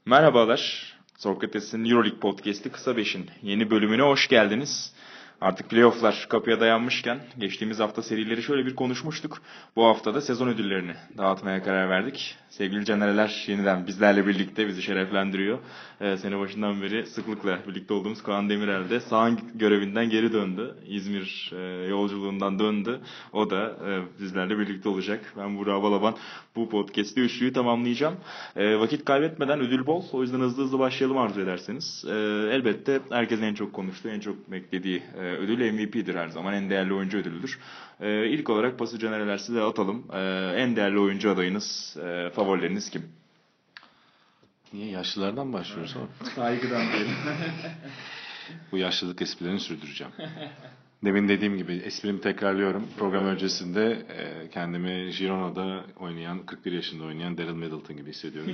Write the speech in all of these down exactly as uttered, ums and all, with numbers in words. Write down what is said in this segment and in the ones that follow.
Merhabalar, Sokrates'in Euroleague Podcast'i Kısa Beş'in yeni bölümüne hoş geldiniz. Artık playofflar kapıya dayanmışken geçtiğimiz hafta serileri şöyle bir konuşmuştuk. Bu hafta da sezon ödüllerini dağıtmaya karar verdik. Sevgili Canereler yeniden bizlerle birlikte bizi şereflendiriyor. Ee, sene başından beri sıklıkla birlikte olduğumuz Kaan Demirel de sağın görevinden geri döndü. İzmir e, yolculuğundan döndü. O da e, bizlerle birlikte olacak. Ben Burak Balaban bu podcast'te üçlüyü tamamlayacağım. E, vakit kaybetmeden ödül bol. O yüzden hızlı hızlı başlayalım arzu ederseniz. E, elbette herkesin en çok konuştuğu, en çok beklediği e, ödül M V P'dir her zaman. En değerli oyuncu ödülüdür. E, ilk olarak pası Canereler size atalım. E, en değerli oyuncu adayınız, e, favorileriniz kim? Niye? Yaşlılardan başlıyoruz ama. Saygıdan diyelim. Bu yaşlılık esprilerini sürdüreceğim. Demin dediğim gibi esprimi tekrarlıyorum. Program öncesinde e, kendimi Girona'da oynayan, kırk bir yaşında oynayan Daryl Middleton gibi hissediyorum.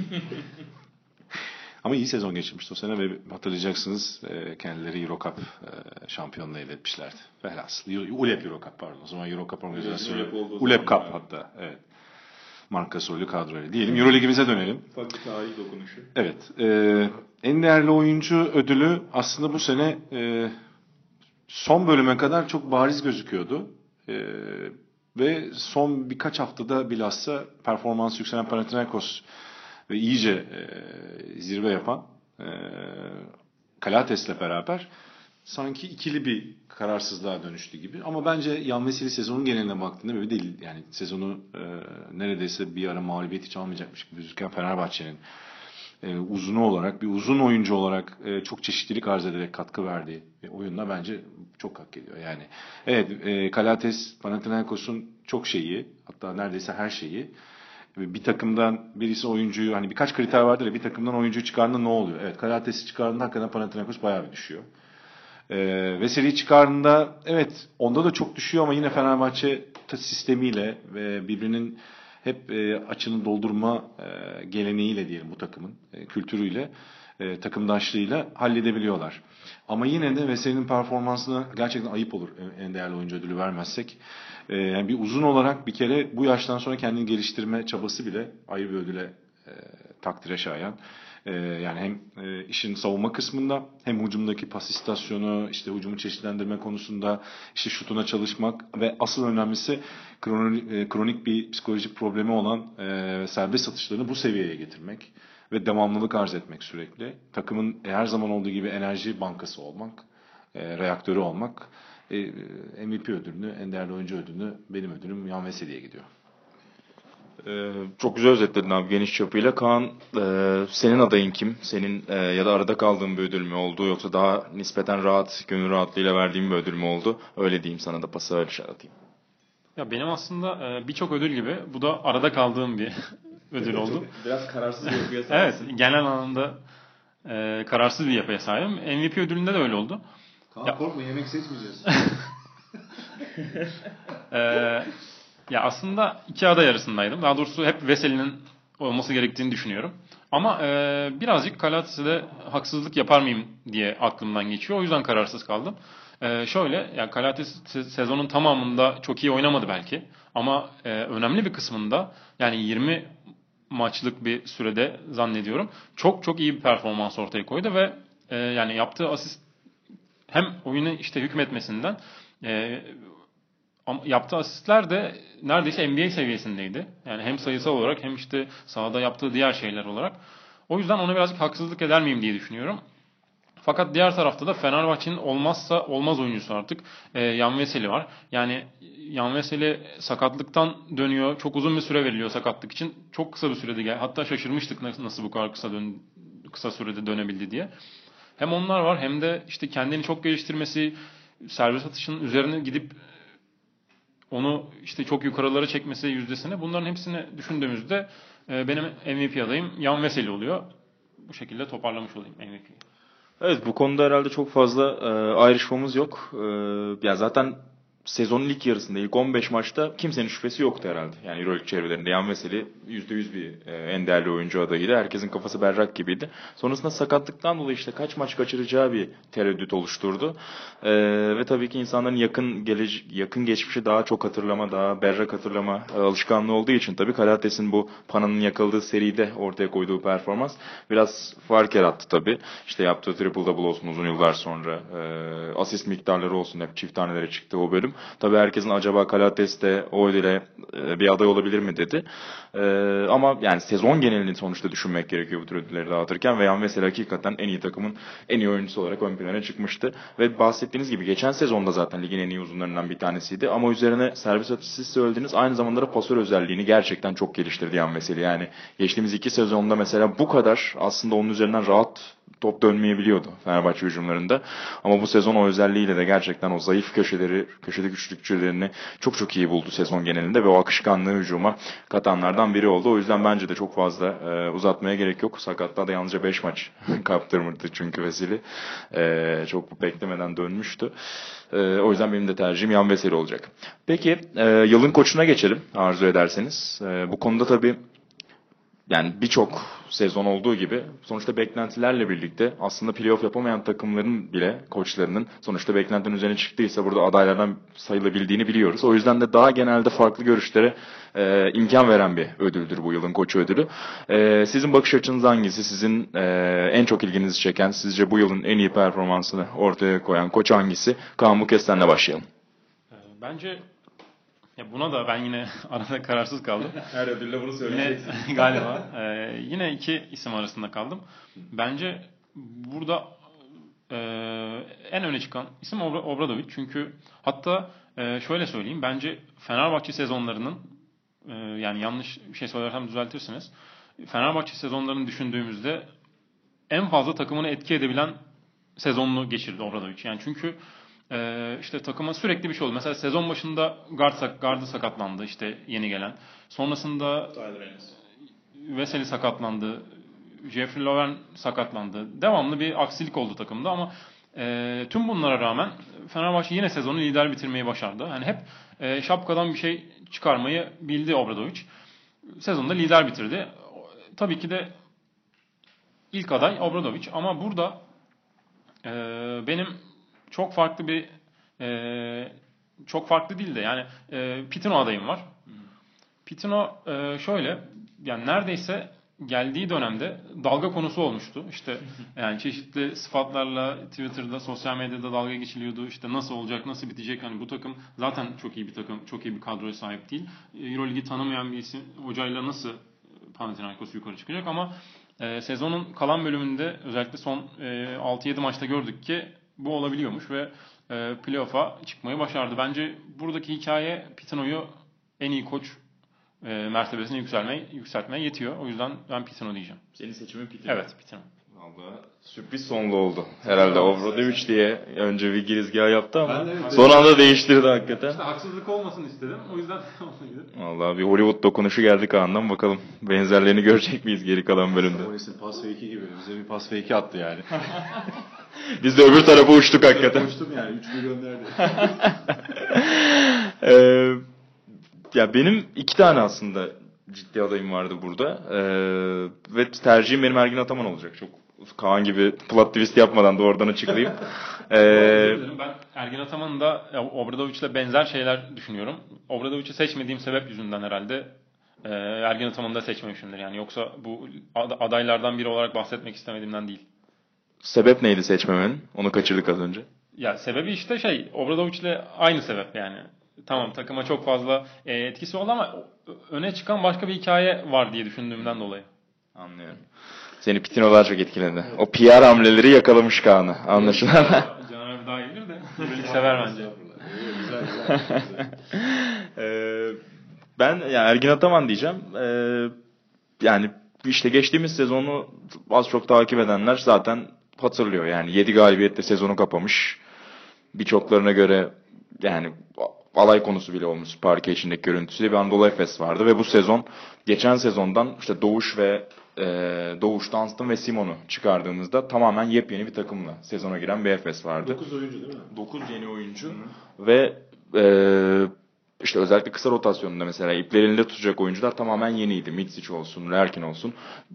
Ama iyi sezon geçirmişti o sene ve hatırlayacaksınız e, kendileri Euro Cup e, şampiyonluğu elde etmişlerdi. Velhasıl. U L E P Euro Cup pardon. O zaman Euro Cup organizasyonu. U L E P Cup hatta. Evet. Mark Gasol'ü kadroyla diyelim. Euroleague'imize dönelim. Ufak bir tarih dokunuşu. Evet. E, en değerli oyuncu ödülü aslında bu sene e, son bölüme kadar çok bariz gözüküyordu. E, ve son birkaç haftada bilhassa performans yükselen Panathinaikos ve iyice e, zirve yapan e, Kalates'le beraber sanki ikili bir kararsızlığa dönüştü gibi. Ama bence Yan Veseli sezonun geneline baktığında böyle değil. Yani sezonu e, neredeyse bir ara mağlubiyet hiç almayacakmış gibi gözüken Fenerbahçe'nin e, uzunu olarak, bir uzun oyuncu olarak e, çok çeşitlilik arz ederek katkı verdiği e, oyunla bence çok hak ediyor. Yani evet, e, Kalates Panathinaikos'un çok şeyi, hatta neredeyse her şeyi. Bir takımdan birisi oyuncuyu, hani birkaç kriter vardır ya, bir takımdan oyuncuyu çıkardığında ne oluyor? Evet, Kalates'i çıkardığında hakikaten Panathinaikos bayağı bir düşüyor. Ee, Veseli'yi çıkardığında evet onda da çok düşüyor ama yine Fenerbahçe sistemiyle ve birbirinin hep e, açını doldurma e, geleneğiyle diyelim bu takımın e, kültürüyle, e, takımdaşlığıyla halledebiliyorlar. Ama yine de Veseli'nin performansına gerçekten ayıp olur en değerli oyuncu ödülü vermezsek. E, yani bir uzun olarak bir kere bu yaştan sonra kendini geliştirme çabası bile ayrı bir ödüle e, takdire şayan. E, yani hem e, işin savunma kısmında hem hücumdaki pas istasyonu, işte hücumu çeşitlendirme konusunda, işte şutuna çalışmak ve asıl önemlisi kronik, e, kronik bir psikolojik problemi olan e, serbest atışlarını bu seviyeye getirmek ve devamlılık arz etmek sürekli. Takımın e, her zaman olduğu gibi enerji bankası olmak, e, reaktörü olmak. E, M V P ödülünü, en değerli oyuncu ödülünü, benim ödülüm Yan Veseli'ye gidiyor. Ee, çok güzel özetledin abi geniş çapıyla. Kaan, e, senin adayın kim? Senin e, ya da arada kaldığın bir ödül mü oldu yoksa daha nispeten rahat, gönül rahatlığıyla verdiğin bir ödül mü oldu? Öyle diyeyim, sana da pası öyle atayım. Ya benim aslında e, birçok ödül gibi bu da arada kaldığım bir ödül oldu. Biraz kararsız bir yapıya Evet, genel anlamda e, kararsız bir yapıya sahibim. M V P ödülünde de öyle oldu. Kaan ya, korkma, yemek seçmeyeceğiz. e, ya aslında iki aday arasındaydım. Daha doğrusu hep Veseli'nin olması gerektiğini düşünüyorum. Ama e, birazcık Kalates'e de haksızlık yapar mıyım diye aklımdan geçiyor. O yüzden kararsız kaldım. Ee, şöyle, yani Kalates sezonun tamamında çok iyi oynamadı belki. Ama e, önemli bir kısmında, yani yirmi maçlık bir sürede zannediyorum, çok çok iyi bir performans ortaya koydu ve e, yani yaptığı asist hem oyunu işte hükmetmesinden e, yaptığı asistler de neredeyse N B A seviyesindeydi. Yani hem sayısal olarak hem işte sahada yaptığı diğer şeyler olarak. O yüzden ona birazcık haksızlık eder miyim diye düşünüyorum. Fakat diğer tarafta da Fenerbahçe'nin olmazsa olmaz oyuncusu artık e, Yan Veseli var. Yani Yan Veseli sakatlıktan dönüyor. Çok uzun bir süre veriliyor sakatlık için. Çok kısa bir sürede gel. Hatta şaşırmıştık nasıl bu kadar kısa dön kısa sürede dönebildi diye. Hem onlar var hem de işte kendini çok geliştirmesi, serbest atışının üzerine gidip onu işte çok yukarılara çekmesi yüzdesine. Bunların hepsini düşündüğümüzde e, benim M V P adayım Yan Veseli oluyor. Bu şekilde toparlamış olayım M V P'yi. Evet, bu konuda herhalde çok fazla e, ayrışmamız yok. E, ya zaten sezonun ilk yarısında, ilk on beş maçta kimsenin şüphesi yoktu herhalde. Yani Euroleague çevrelerinde Yan Veseli yüzde yüz bir e, en değerli oyuncu adayıydı. Herkesin kafası berrak gibiydi. Sonrasında sakatlıktan dolayı işte kaç maç kaçıracağı bir tereddüt oluşturdu. E, ve tabii ki insanların yakın gelece- yakın geçmişi daha çok hatırlama, daha berrak hatırlama e, alışkanlığı olduğu için tabii Kalates'in bu Pana'nın yakaladığı seride ortaya koyduğu performans biraz fark yarattı tabii. İşte yaptığı triple double olsun uzun yıllar sonra, e, asist miktarları olsun, hep çift tanelere çıktı o bölüm. Tabii herkesin acaba Kalates de o ödüle e, bir aday olabilir mi dedi. E, ama yani sezon genelini sonuçta düşünmek gerekiyor bu tür ödülleri dağıtırken ve Yan Veseli hakikaten en iyi takımın en iyi oyuncusu olarak ön plana çıkmıştı. Ve bahsettiğiniz gibi geçen sezonda zaten ligin en iyi uzunlarından bir tanesiydi. Ama üzerine servis atışı siz söylediğiniz aynı zamanda da pasör özelliğini gerçekten çok geliştirdi Yan Veseli. Yani geçtiğimiz iki sezonda mesela bu kadar aslında onun üzerinden rahat top dönmeyebiliyordu Fenerbahçe hücumlarında. Ama bu sezon o özelliğiyle de gerçekten o zayıf köşeleri, köşedeki üçlükçülerini çok çok iyi buldu sezon genelinde ve o akışkanlığı hücuma katanlardan biri oldu. O yüzden bence de çok fazla e, uzatmaya gerek yok. Sakatlığa da yalnızca beş maç kaptırmıştı çünkü Veseli. E, çok beklemeden dönmüştü. E, o yüzden benim de tercihim Yan Veseli olacak. Peki e, yılın koçuna geçelim arzu ederseniz. E, bu konuda tabii yani birçok sezon olduğu gibi sonuçta beklentilerle birlikte aslında playoff yapamayan takımların bile koçlarının sonuçta beklentinin üzerine çıktıysa burada adaylardan sayılabildiğini biliyoruz. O yüzden de daha genelde farklı görüşlere e, imkan veren bir ödüldür bu yılın koçu ödülü. E, sizin bakış açınız hangisi? Sizin e, en çok ilginizi çeken, sizce bu yılın en iyi performansını ortaya koyan koç hangisi? Kaan Bukesten'le başlayalım. Bence ya buna da ben yine arada kararsız kaldım. Her ödülle bunu söyleyeceksin. Yine, galiba. E, yine iki isim arasında kaldım. Bence burada e, en öne çıkan isim Obra- Obradovic. Çünkü hatta e, şöyle söyleyeyim. Bence Fenerbahçe sezonlarının e, yani yanlış bir şey söylersem düzeltirsiniz. Fenerbahçe sezonlarını düşündüğümüzde en fazla takımını etki edebilen sezonunu geçirdi Obradovic. Yani çünkü Ee, işte takıma sürekli bir şey oldu. Mesela sezon başında guard sak gardı sakatlandı işte yeni gelen. Sonrasında Veseli sakatlandı. Jeffrey Lovren sakatlandı. Devamlı bir aksilik oldu takımda ama e, tüm bunlara rağmen Fenerbahçe yine sezonu lider bitirmeyi başardı. Yani hep e, şapkadan bir şey çıkarmayı bildi Obradovic. Sezonda lider bitirdi. Tabii ki de ilk aday Obradovic ama burada e, benim çok farklı bir e, çok farklı değil de yani e, Pitino adayım var. Pitino e, şöyle yani neredeyse geldiği dönemde dalga konusu olmuştu. İşte yani çeşitli sıfatlarla Twitter'da, sosyal medyada dalga geçiliyordu. İşte nasıl olacak, nasıl bitecek? Hani bu takım zaten çok iyi bir takım, çok iyi bir kadroya sahip değil. EuroLeague'i tanımayan bir isim hocayla nasıl Panathinaikos yukarı çıkacak ama e, sezonun kalan bölümünde özellikle son e, altı yedi maçta gördük ki bu olabiliyormuş ve e, playoff'a çıkmayı başardı. Bence buradaki hikaye Pitino'yu en iyi koç e, mertebesine yükselmeye, yükseltmeye yetiyor. O yüzden ben Pitino diyeceğim. Senin seçimin Pitino. Evet, Pitino. Vallahi sürpriz sonlu oldu. Herhalde Obradovic diye önce bir girizgah yaptı ama Evet, son anda değiştirdi hakikaten. İşte haksızlık olmasın istedim. O yüzden Vallahi bir Hollywood dokunuşu geldi Kaan'dan, bakalım benzerlerini görecek miyiz geri kalan bölümde. Sabonis'in pas fake'i gibi bize bir pas fake'i attı yani. Biz de öbür tarafa uçtuk hakikaten. Koştum yani üçlü gönderdi. Ee, ya benim iki tane aslında ciddi adayım vardı burada. Ee, ve tercihim benim Ergin Ataman olacak. Çok Kaan gibi plot twist yapmadan doğrudan açıklayayım. Ee, ben Ergin Ataman'ın da Obradovic'le benzer şeyler düşünüyorum. Obradovic'i seçmediğim sebep yüzünden herhalde e, Ergin Ataman'ı da seçmemişimdir. Yani yoksa bu adaylardan biri olarak bahsetmek istemediğimden değil. sebep neydi seçmemenin? Onu kaçırdık az önce. Ya sebebi işte şey Obradovic'le aynı sebep yani. Tamam takıma çok fazla e, etkisi oldu ama öne çıkan başka bir hikaye var diye düşündüğümden dolayı. Anlıyorum. Seni Pitino'lar çok etkiledi. O P R hamleleri yakalamış Kaan'ı. Anlaşılan. Can abi daha iyi bilir de. Sever bence. Güzel güzel. Ee, ben yani Ergin Ataman diyeceğim. Ee, yani işte geçtiğimiz sezonu az çok takip edenler zaten hatırlıyor. Yani yedi galibiyetle sezonu kapamış. Birçoklarına göre yani alay konusu bile olmuş parke içindeki görüntüsü bir Anadolu Efes vardı ve bu sezon geçen sezondan işte Doğuş ve e, Doğuş, Dunstan ve Simon'u çıkardığımızda tamamen yepyeni bir takımla sezona giren bir Efes vardı. dokuz oyuncu değil mi? dokuz yeni oyuncu. Hı-hı. Ve Ee, işte özellikle kısa rotasyonunda mesela ipleri elinde tutacak oyuncular tamamen yeniydi. Mitsic olsun, Larkin olsun,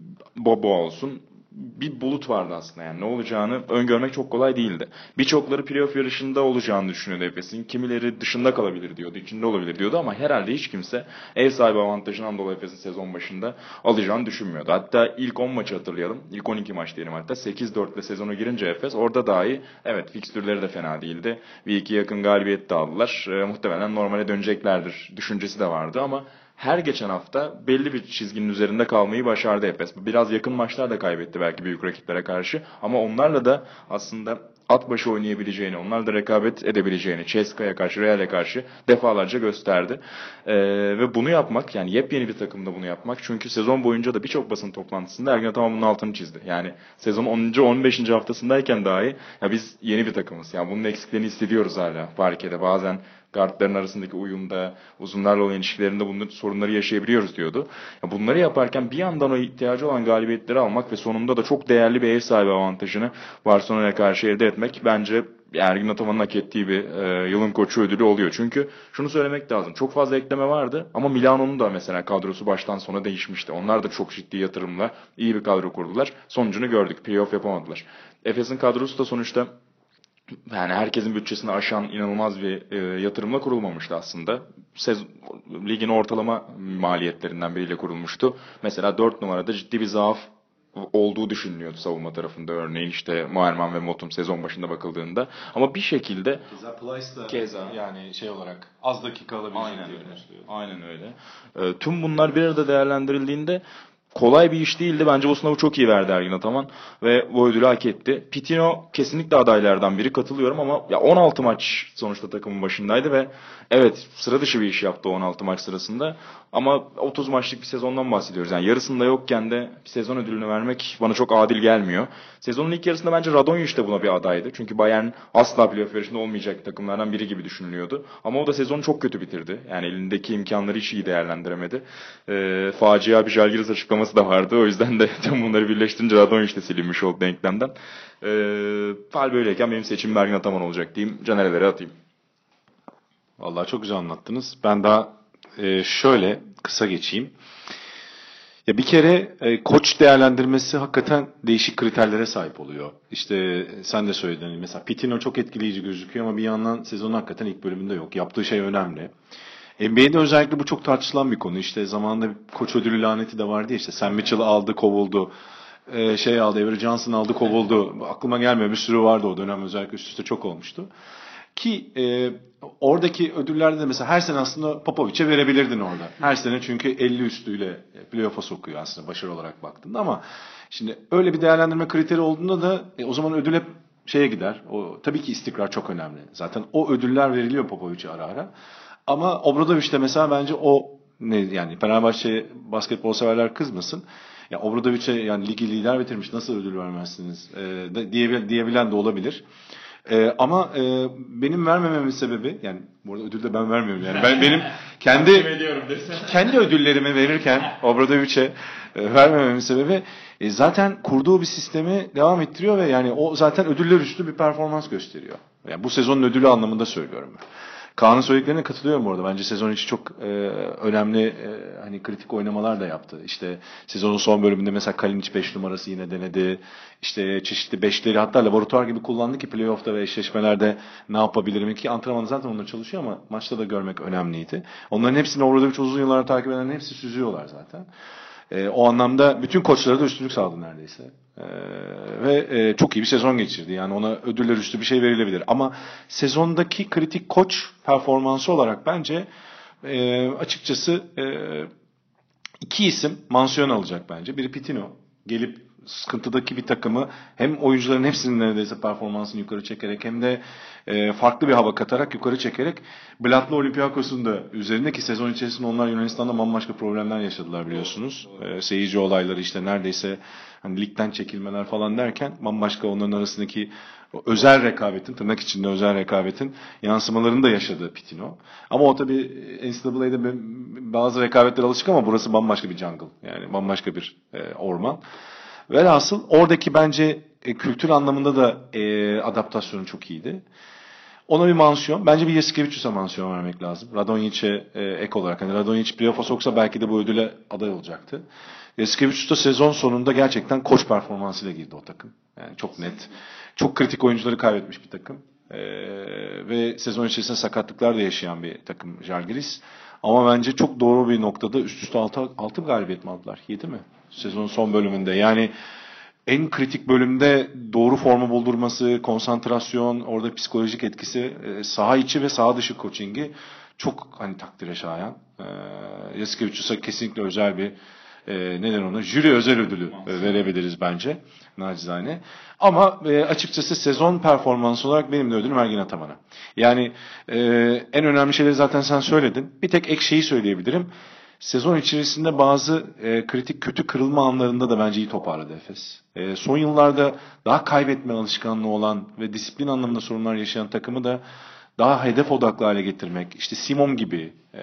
Bobo olsun. Bir bulut vardı aslında yani ne olacağını öngörmek çok kolay değildi. Birçokları playoff yarışında olacağını düşünüyordu Efes'in. Kimileri dışında kalabilir diyordu, içinde olabilir diyordu ama herhalde hiç kimse ev sahibi avantajından dolayı Efes'in sezon başında alacağını düşünmüyordu. Hatta ilk on maçı hatırlayalım. İlk on iki maç diyelim hatta. sekiz dört ile sezona girince Efes orada dahi evet fikstürleri de fena değildi. Bir iki yakın galibiyet de aldılar. E, muhtemelen normale döneceklerdir düşüncesi de vardı ama her geçen hafta belli bir çizginin üzerinde kalmayı başardı Efes. Biraz yakın maçlar da kaybetti belki büyük rakiplere karşı. Ama onlarla da aslında at başı oynayabileceğini, onlar da rekabet edebileceğini, Ceska'ya karşı, Real'e karşı defalarca gösterdi. Ee, ve bunu yapmak, yani yepyeni bir takımda bunu yapmak. Çünkü sezon boyunca da birçok basın toplantısında Ergin Ataman bunun altını çizdi. Yani sezon onuncu on beşinci haftasındayken dahi ya biz yeni bir takımız. Yani bunun eksiklerini hissediyoruz hala parkede. Bazen guardların arasındaki uyumda, uzunlarla olan ilişkilerinde bunun sorunları yaşayabiliyoruz diyordu. Ya bunları yaparken bir yandan o ihtiyacı olan galibiyetleri almak ve sonunda da çok değerli bir ev sahibi avantajını Barcelona'ya karşı elde etmek bence Ergin Ataman'ın hak ettiği bir e, yılın koçu ödülü oluyor. Çünkü şunu söylemek lazım. Çok fazla ekleme vardı ama Milano'nun da mesela kadrosu baştan sona değişmişti. Onlar da çok ciddi yatırımla iyi bir kadro kurdular. Sonucunu gördük. Playoff yapamadılar. Efes'in kadrosu da sonuçta yani herkesin bütçesini aşan inanılmaz bir e, yatırımla kurulmamıştı aslında. Sez ligin ortalama maliyetlerinden biriyle kurulmuştu. Mesela dört numarada ciddi bir zaaf olduğu düşünülüyordu savunma tarafında. Örneğin işte Muharman ve Motum sezon başında bakıldığında. Ama bir şekilde Keza Plyce da Keza. yani şey olarak az dakika alabilecek Aynen diye öyle. konuşuluyor. Aynen öyle. E, tüm bunlar bir arada değerlendirildiğinde kolay bir iş değildi. Bence bu sınavı çok iyi verdi Ergin Ataman ve bu ödülü hak etti. Pitino kesinlikle adaylardan biri, katılıyorum ama ya on altı maç sonuçta takımın başındaydı ve evet sıra dışı bir iş yaptı on altı maç sırasında. Ama otuz maçlık bir sezondan bahsediyoruz. Yani yarısında yokken de bir sezon ödülünü vermek bana çok adil gelmiyor. Sezonun ilk yarısında bence Radonjic de buna bir adaydı. Çünkü Bayern asla playoff yarışında olmayacak takımlardan biri gibi düşünülüyordu. Ama o da sezonu çok kötü bitirdi. Yani elindeki imkanları hiç iyi değerlendiremedi. E, facia bir Žalgiris açıklaması da vardı. O yüzden de tüm bunları birleştirince Radonjic de silinmiş oldu denklemden. E, Fal böyleyken benim seçimim Ergin Ataman olacak diyeyim. Caner'lere atayım. Vallahi çok güzel anlattınız. Ben daha e, şöyle kısa geçeyim. Ya bir kere e, koç değerlendirmesi hakikaten değişik kriterlere sahip oluyor. İşte sen de söyledin. Mesela Pitino çok etkileyici gözüküyor ama bir yandan sezonun hakikaten ilk bölümünde yok. Yaptığı şey önemli. N B A'de özellikle bu çok tartışılan bir konu. İşte zamanında bir koç ödülü laneti de vardı ya, işte Sam Mitchell aldı, kovuldu. Ee, şey aldı, Avery Johnson aldı, kovuldu. Aklıma gelmiyor, bir sürü vardı o dönem, özellikle üst üste çok olmuştu. Ki e, oradaki ödüllerde de mesela her sene aslında Popovic'e verebilirdin orada. Her sene çünkü elli üstüyle playoff'a sokuyor aslında başarı olarak baktığında, ama şimdi öyle bir değerlendirme kriteri olduğunda da e, o zaman ödül hep şeye gider. O, tabii ki istikrar çok önemli. Zaten o ödüller veriliyor Popovic'e ara ara. Ama Obradoviç de mesela bence o ne yani, Fenerbahçe basketbol severler kızmasın. Ya Obradoviç'e yani ligi lider bitirmiş, nasıl ödül vermezsiniz e, de, diye, diyebilen de olabilir. E, ama e, benim vermememin sebebi, yani burada ödül de ben vermiyorum yani. Ben benim kendi kendi ödüllerimi verirken Obradoviç'e e, vermememin sebebi e, zaten kurduğu bir sistemi devam ettiriyor ve yani o zaten ödüller üstü bir performans gösteriyor. Yani bu sezonun ödülü anlamında söylüyorum ben. Kaan'ın söylediklerine katılıyorum orada. Bence sezon içi çok e, önemli e, hani kritik oynamalar da yaptı. İşte sezonun son bölümünde mesela Kalinic beş numarası yine denedi. İşte çeşitli beşleri hatta laboratuvar gibi kullandı ki playoff'ta ve eşleşmelerde ne yapabilirim ki, antrenmanı zaten onunla çalışıyor ama maçta da görmek önemliydi. Onların hepsini Obradoviç uzun yıllar takip eden hepsi süzüyorlar zaten. E, o anlamda bütün koçlara da üstünlük sağladı neredeyse. E, ve e, çok iyi bir sezon geçirdi. Yani ona ödüller üstü bir şey verilebilir. Ama sezondaki kritik koç performansı olarak bence e, açıkçası e, iki isim mansiyon alacak bence. Biri Pitino. Gelip sıkıntıdaki bir takımı hem oyuncuların hepsinin neredeyse performansını yukarı çekerek hem de e, farklı bir hava katarak yukarı çekerek Blat'la Olympiakos'un da üzerindeki sezon içerisinde onlar Yunanistan'da bambaşka problemler yaşadılar biliyorsunuz. E, seyirci olayları, işte neredeyse hani ligden çekilmeler falan derken bambaşka onların arasındaki özel rekabetin, tırnak içinde özel rekabetin yansımalarını da yaşadı Pitino. Ama o tabii N C A A'de bazı rekabetler alışık ama burası bambaşka bir jungle. Yani bambaşka bir e, orman. Velhasıl oradaki bence e, kültür anlamında da e, adaptasyonu çok iyiydi. ona bir mansiyon. Bence bir Jasikevicius'a mansiyon vermek lazım. Radonjic'e e, ek olarak. Hani Radonjic playoff'a soksa belki de bu ödüle aday olacaktı. Jasikevicius da sezon sonunda gerçekten koç performansıyla girdi o takım. Yani çok net. Çok kritik oyuncuları kaybetmiş bir takım. Ee, ve sezon içerisinde sakatlıklar da yaşayan bir takım Žalgiris. Ama bence çok doğru bir noktada üst üste altı galibiyet mi aldılar? yedi mi? Sezonun son bölümünde. Yani en kritik bölümde doğru formu buldurması, konsantrasyon, orada psikolojik etkisi, saha içi ve saha dışı coachingi çok hani takdire şayan. Ee, Jasikevicius'a kesinlikle özel bir e, neden ona jüri özel ödülü e, verebiliriz bence nacizane. Ama e, açıkçası sezon performansı olarak benim de ödülüm Ergin Ataman'a. Yani e, en önemli şeyleri zaten sen söyledin. Bir tek ek şeyi söyleyebilirim. Sezon içerisinde bazı e, kritik kötü kırılma anlarında da bence iyi toparladı Efes. E, son yıllarda daha kaybetme alışkanlığı olan ve disiplin anlamında sorunlar yaşayan takımı da daha hedef odaklı hale getirmek. İşte Simon gibi, e,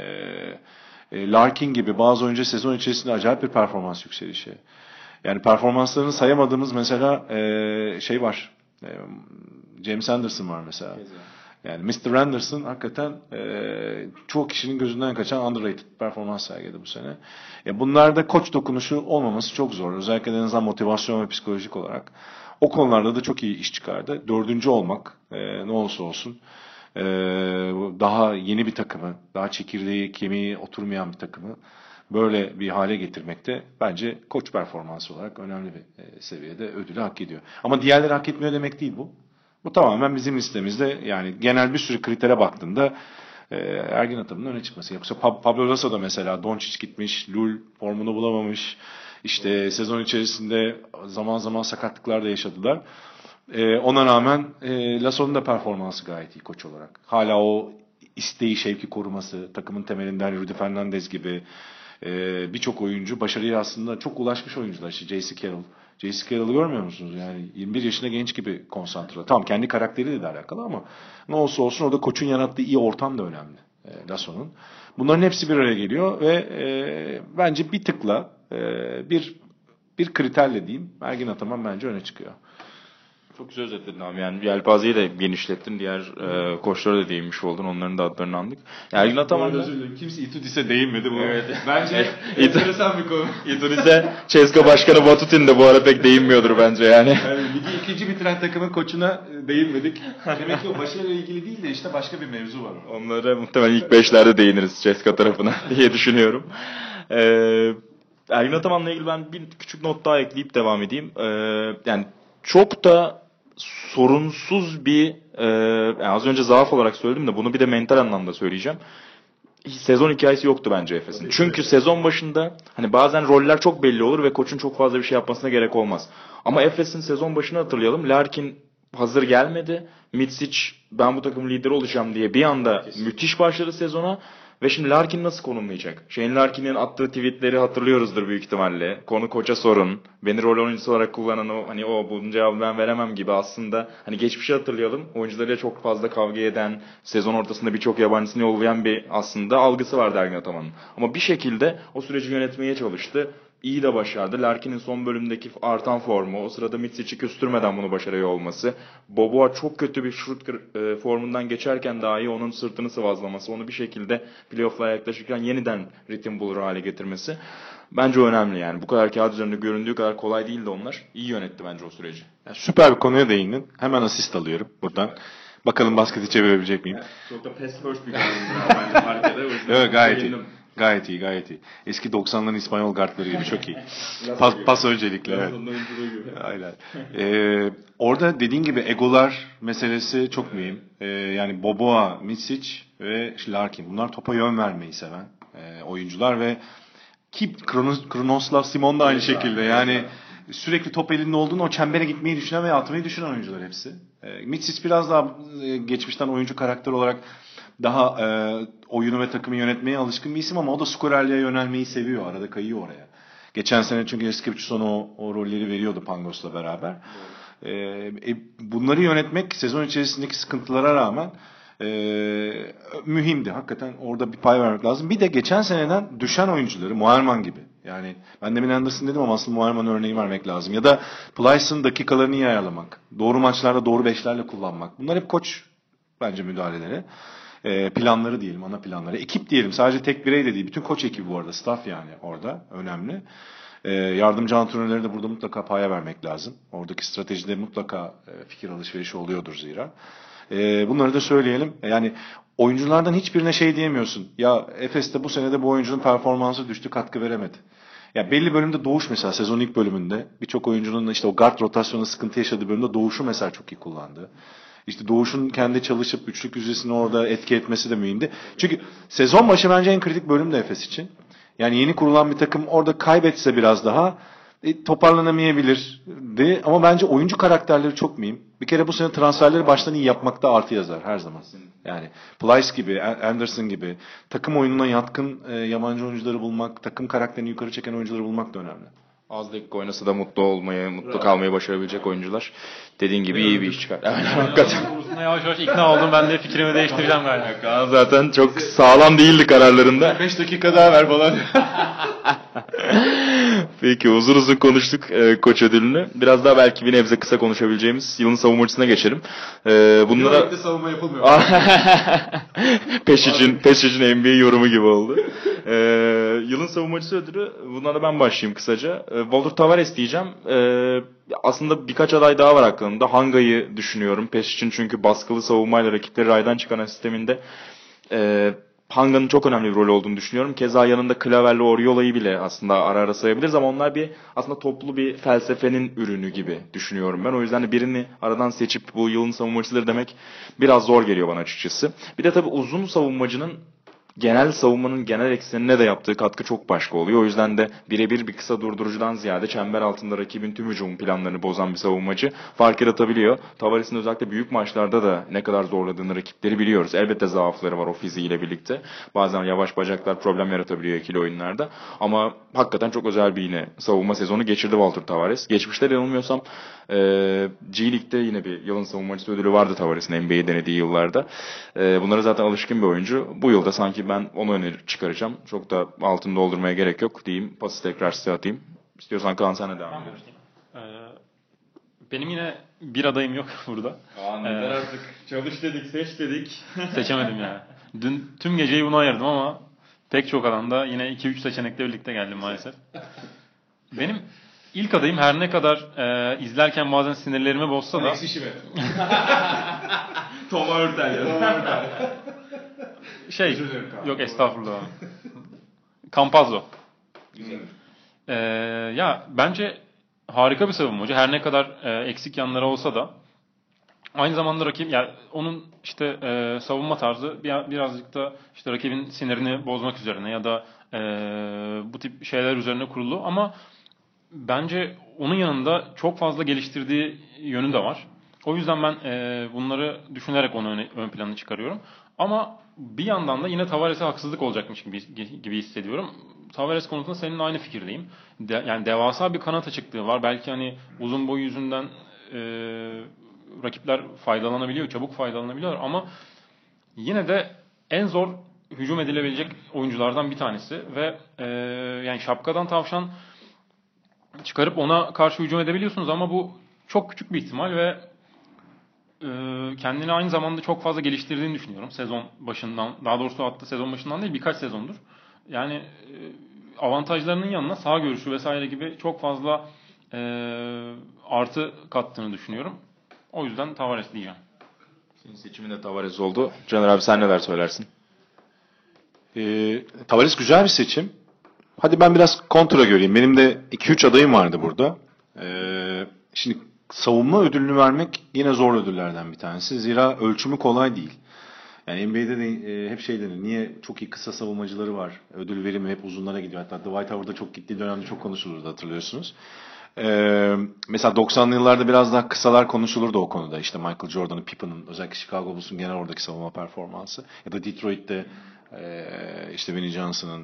e, Larkin gibi bazı oyuncu sezon içerisinde acayip bir performans yükselişi. Yani performanslarını sayamadığımız mesela e, şey var. E, James Anderson var mesela. Yani mister Anderson hakikaten e, çoğu kişinin gözünden kaçan underrated performans sergiledi bu sene. E, bunlarda koç dokunuşu olmaması çok zor. Özellikle en azından motivasyon ve psikolojik olarak. O konularda da çok iyi iş çıkardı. Dördüncü olmak e, ne olursa olsun e, daha yeni bir takımı, daha çekirdeği, kemiği oturmayan bir takımı böyle bir hale getirmekte bence koç performansı olarak önemli bir e, seviyede ödülü hak ediyor. Ama diğerleri hak etmiyor demek değil bu. Bu tamamen bizim listemizde, yani genel bir sürü kritere baktığında e, Ergin Ataman'ın öne çıkması. Yoksa Pablo Lasso da mesela Doncic gitmiş, Lul formunu bulamamış. İşte sezon içerisinde zaman zaman sakatlıklar da yaşadılar. E, ona rağmen e, Lasso'nun da performansı gayet iyi koç olarak. Hala o isteği, şevki koruması, takımın temelinden Rudy Fernandez gibi e, birçok oyuncu başarıya aslında çok ulaşmış oyuncular. İşte J C Carroll. J C Carroll'ı görmüyor musunuz? Yani yirmi bir yaşında genç gibi konsantre. Tamam, kendi karakteriyle de alakalı ama ne olsa olsun orada koçun yarattığı iyi ortam da önemli. E, Lasso'nun. Bunların hepsi bir araya geliyor ve e, bence bir tıkla e, bir bir kriterle diyeyim Ergin Ataman bence öne çıkıyor. Çok güzel özetledin abi. Yani yelpazeyi de genişlettin. Diğer e, koçlara da değinmiş oldun. Onların da adlarını andık. Ergin Ataman da... Kimse Itudis'e değinmedi bu. Evet. Bence enteresan bir konu. Itudis'e Ceska Başkanı Vatutin de bu ara pek değinmiyordur bence yani. Yani ligi ikinci bitiren takımın koçuna değinmedik. Demek ki o başarıyla ilgili değil de işte başka bir mevzu var. Onlara muhtemelen ilk beşlerde değiniriz Ceska tarafına diye düşünüyorum. Ee, Ergin Ataman'la ilgili ben bir küçük not daha ekleyip devam edeyim. Ee, yani çok da sorunsuz bir e, yani az önce zaaf olarak söyledim de bunu bir de mental anlamda söyleyeceğim. Sezon hikayesi yoktu bence Efes'in. Çünkü sezon başında hani bazen roller çok belli olur ve koçun çok fazla bir şey yapmasına gerek olmaz. Ama Efes'in sezon başını hatırlayalım. Larkin hazır gelmedi. Mitsic ben bu takımın lideri olacağım diye bir anda kesinlikle müthiş başladı sezona. Ve şimdi Larkin nasıl konumlayacak? Shane Larkin'in attığı tweetleri hatırlıyoruzdur büyük ihtimalle. Konu koça sorun. Beni rol oyuncusu olarak kullanan o hani o bunun cevabını ben veremem gibi aslında. Hani geçmişi hatırlayalım. Oyuncularıyla çok fazla kavga eden, sezon ortasında birçok yabancısını yollayan bir aslında algısı vardı Ergin Ataman'ın. Ama bir şekilde o süreci yönetmeye çalıştı. İyi de başardı. Larkin'in son bölümdeki artan formu, o sırada Mitsic'i küstürmeden bunu başarıyor olması, Boboa çok kötü bir şut e, formundan geçerken dahi onun sırtını sıvazlaması, onu bir şekilde playoff'lara yaklaşırken yeniden ritim bulur hale getirmesi bence önemli yani. Bu kadar kağıt üzerinde göründüğü kadar kolay değildi onlar. İyi yönetti bence o süreci. Yani süper bir konuya değindin. Hemen asist alıyorum buradan. Bakalım basketi çevirebilecek miyim? Çok da pass first bir bence markede. Evet, gayet iyi. Gayet iyi, gayet iyi. Eski doksanların İspanyol guardları gibi çok iyi. Pas, pas öncelikle. Evet. Aynen. Ee, orada dediğin gibi egolar meselesi çok mühim. Ee, yani Boboa, Micic ve Larkin. Bunlar topa yön vermeyi seven e, oyuncular ve ki Kronos, Kronoslav Simon da aynı şekilde. Yani sürekli top elinde olduğunu o çembere gitmeyi düşünen ve atmayı düşünen oyuncular hepsi. E, Micic biraz daha e, geçmişten oyuncu karakter olarak daha e, oyunu ve takımı yönetmeye alışkın bir isim ama o da skorerliğe yönelmeyi seviyor. Arada kayıyor oraya. Geçen sene çünkü Jasikevicius ona o, o rolleri veriyordu Pangos'la beraber. E, e, bunları yönetmek sezon içerisindeki sıkıntılara rağmen e, mühimdi. Hakikaten orada bir pay vermek lazım. Bir de geçen seneden düşen oyuncuları, Muharman gibi. Yani ben demin Anderson dedim ama aslında Muharman örneği vermek lazım. Ya da Plyce'ın dakikalarını iyi ayarlamak. Doğru maçlarda doğru beşlerle kullanmak. Bunlar hep koç bence müdahaleleri. E, planları diyelim, ana planları. Ekip diyelim, sadece tek birey de değil. Bütün koç ekibi bu arada, staff yani orada önemli. E, yardımcı antrenörleri de burada mutlaka paya vermek lazım. Oradaki stratejide mutlaka e, fikir alışverişi oluyordur zira. E, bunları da söyleyelim. Yani oyunculardan hiçbirine şey diyemiyorsun. Ya Efes'te bu senede bu oyuncunun performansı düştü, katkı veremedi. Ya belli bölümde Doğuş mesela sezonun ilk bölümünde birçok oyuncunun işte o guard rotasyonunda sıkıntı yaşadığı bölümde Doğuş'u mesela çok iyi kullandı. İşte Doğuş'un kendi çalışıp üçlük yüzdesini orada etki etmesi de mühimdi. Çünkü sezon başı bence en kritik bölüm de Efes için. Yani yeni kurulan bir takım orada kaybetse biraz daha e, toparlanamayabilirdi. Ama bence oyuncu karakterleri çok mühim. Bir kere bu sene transferleri baştan iyi yapmakta artı yazar her zaman. Yani Plyce gibi, Anderson gibi takım oyununa yatkın e, yabancı oyuncuları bulmak, takım karakterini yukarı çeken oyuncuları bulmak da önemli. Az dakika oynasa da mutlu olmayı, mutlu kalmayı başarabilecek oyuncular. Dediğin gibi iyi bir iş çıkar. Evet, hakikaten. Yavaş yavaş ikna oldum. Ben de fikrimi değiştireceğim galiba. Kaan zaten çok sağlam değildi kararlarında. beş dakika daha ver falan. Peki uzun uzun konuştuk e, koç ödülünü. Biraz daha belki bir nebze kısa konuşabileceğimiz yılın savunmacısına geçelim. E, bunlara... Euroleague'de savunma yapılmıyor. Peş için, peş için N B A yorumu gibi oldu. E, yılın savunmacısı ödülü. Bunlara ben başlayayım kısaca. E, Walter Tavares diyeceğim. E, aslında birkaç aday daha var aklımda. Hanga'yı düşünüyorum. Peş için çünkü baskılı savunmayla rakipleri raydan çıkan sisteminde e, Hanga'nın çok önemli bir rol olduğunu düşünüyorum. Keza yanında Claver'le Oriola'yı bile aslında ara ara sayabiliriz ama onlar bir aslında toplu bir felsefenin ürünü gibi düşünüyorum ben. O yüzden de birini aradan seçip bu yılın savunmacıları demek biraz zor geliyor bana açıkçası. Bir de tabii uzun savunmacının genel savunmanın genel eksenine de yaptığı katkı çok başka oluyor. O yüzden de birebir bir kısa durdurucudan ziyade çember altında rakibin tüm hücum planlarını bozan bir savunmacı fark yaratabiliyor. Tavares'in özellikle büyük maçlarda da ne kadar zorladığını rakipleri biliyoruz. Elbette zaafları var o fiziğiyle birlikte. Bazen yavaş bacaklar problem yaratabiliyor ikili oyunlarda. Ama hakikaten çok özel bir yine savunma sezonu geçirdi Walter Tavares. Geçmişte yanılmıyorsam e, G League'de yine bir yılın savunmacısı ödülü vardı Tavares'in N B A'yi denediği yıllarda. E, bunlara zaten alışkın bir oyuncu. Bu yılda sanki ben onu öne çıkaracağım. Çok da altını doldurmaya gerek yok diyeyim. Pası tekrar size atayım. İstiyorsan Kaan sen de devam edelim. Ee, benim yine bir adayım yok burada. Kaan neden ee, artık çalış dedik, seç dedik. Seçemedim ya. Dün tüm geceyi buna ayırdım ama pek çok alanda yine iki üç seçenekle birlikte geldim maalesef. Benim ilk adayım her ne kadar e, izlerken bazen sinirlerimi bozsa da... Alexis Şivet. Tom Örtel. Şey, yok estağfurullah. Campazzo. Güzel. Ee, ya bence harika bir savunmacı. Her ne kadar e, eksik yanları olsa da aynı zamanda rakip, yani onun işte e, savunma tarzı bir, birazcık da işte rakibin sinirini bozmak üzerine ya da e, bu tip şeyler üzerine kurulu ama bence onun yanında çok fazla geliştirdiği yönü de var. O yüzden ben e, bunları düşünerek onu ön, ön plana çıkarıyorum. Ama bir yandan da yine Tavares'e haksızlık olacakmış gibi, gibi hissediyorum. Tavares konusunda seninle aynı fikirdeyim. De, yani devasa bir kanat açıklığı var. Belki hani uzun boy yüzünden e, rakipler faydalanabiliyor, çabuk faydalanabiliyor ama yine de en zor hücum edilebilecek oyunculardan bir tanesi ve e, yani şapkadan tavşan çıkarıp ona karşı hücum edebiliyorsunuz ama bu çok küçük bir ihtimal ve kendini aynı zamanda çok fazla geliştirdiğini düşünüyorum sezon başından, daha doğrusu hatta sezon başından değil birkaç sezondur. Yani avantajlarının yanına sağ görüşü vesaire gibi çok fazla e, artı kattığını düşünüyorum. O yüzden Tavares diyeceğim. Senin seçimin de Tavares oldu. Caner abi sen neler söylersin? Ee, Tavares güzel bir seçim. Hadi ben biraz kontra göreyim. Benim de iki üç adayım vardı burada. Ee, şimdi savunma ödülünü vermek yine zor ödüllerden bir tanesi. Zira ölçümü kolay değil. Yani N B A'de de e, hep şey denir. Niye çok iyi kısa savunmacıları var? Ödül verimi hep uzunlara gidiyor. Hatta Dwight Howard'da çok gittiği dönemde çok konuşulurdu hatırlıyorsunuz. Ee, mesela doksanlı yıllarda biraz daha kısalar konuşulurdu o konuda. İşte Michael Jordan'ın, Pippen'ın, özellikle Chicago Bulls'un genel oradaki savunma performansı. Ya da Detroit'te e, işte Vinnie Johnson'ın,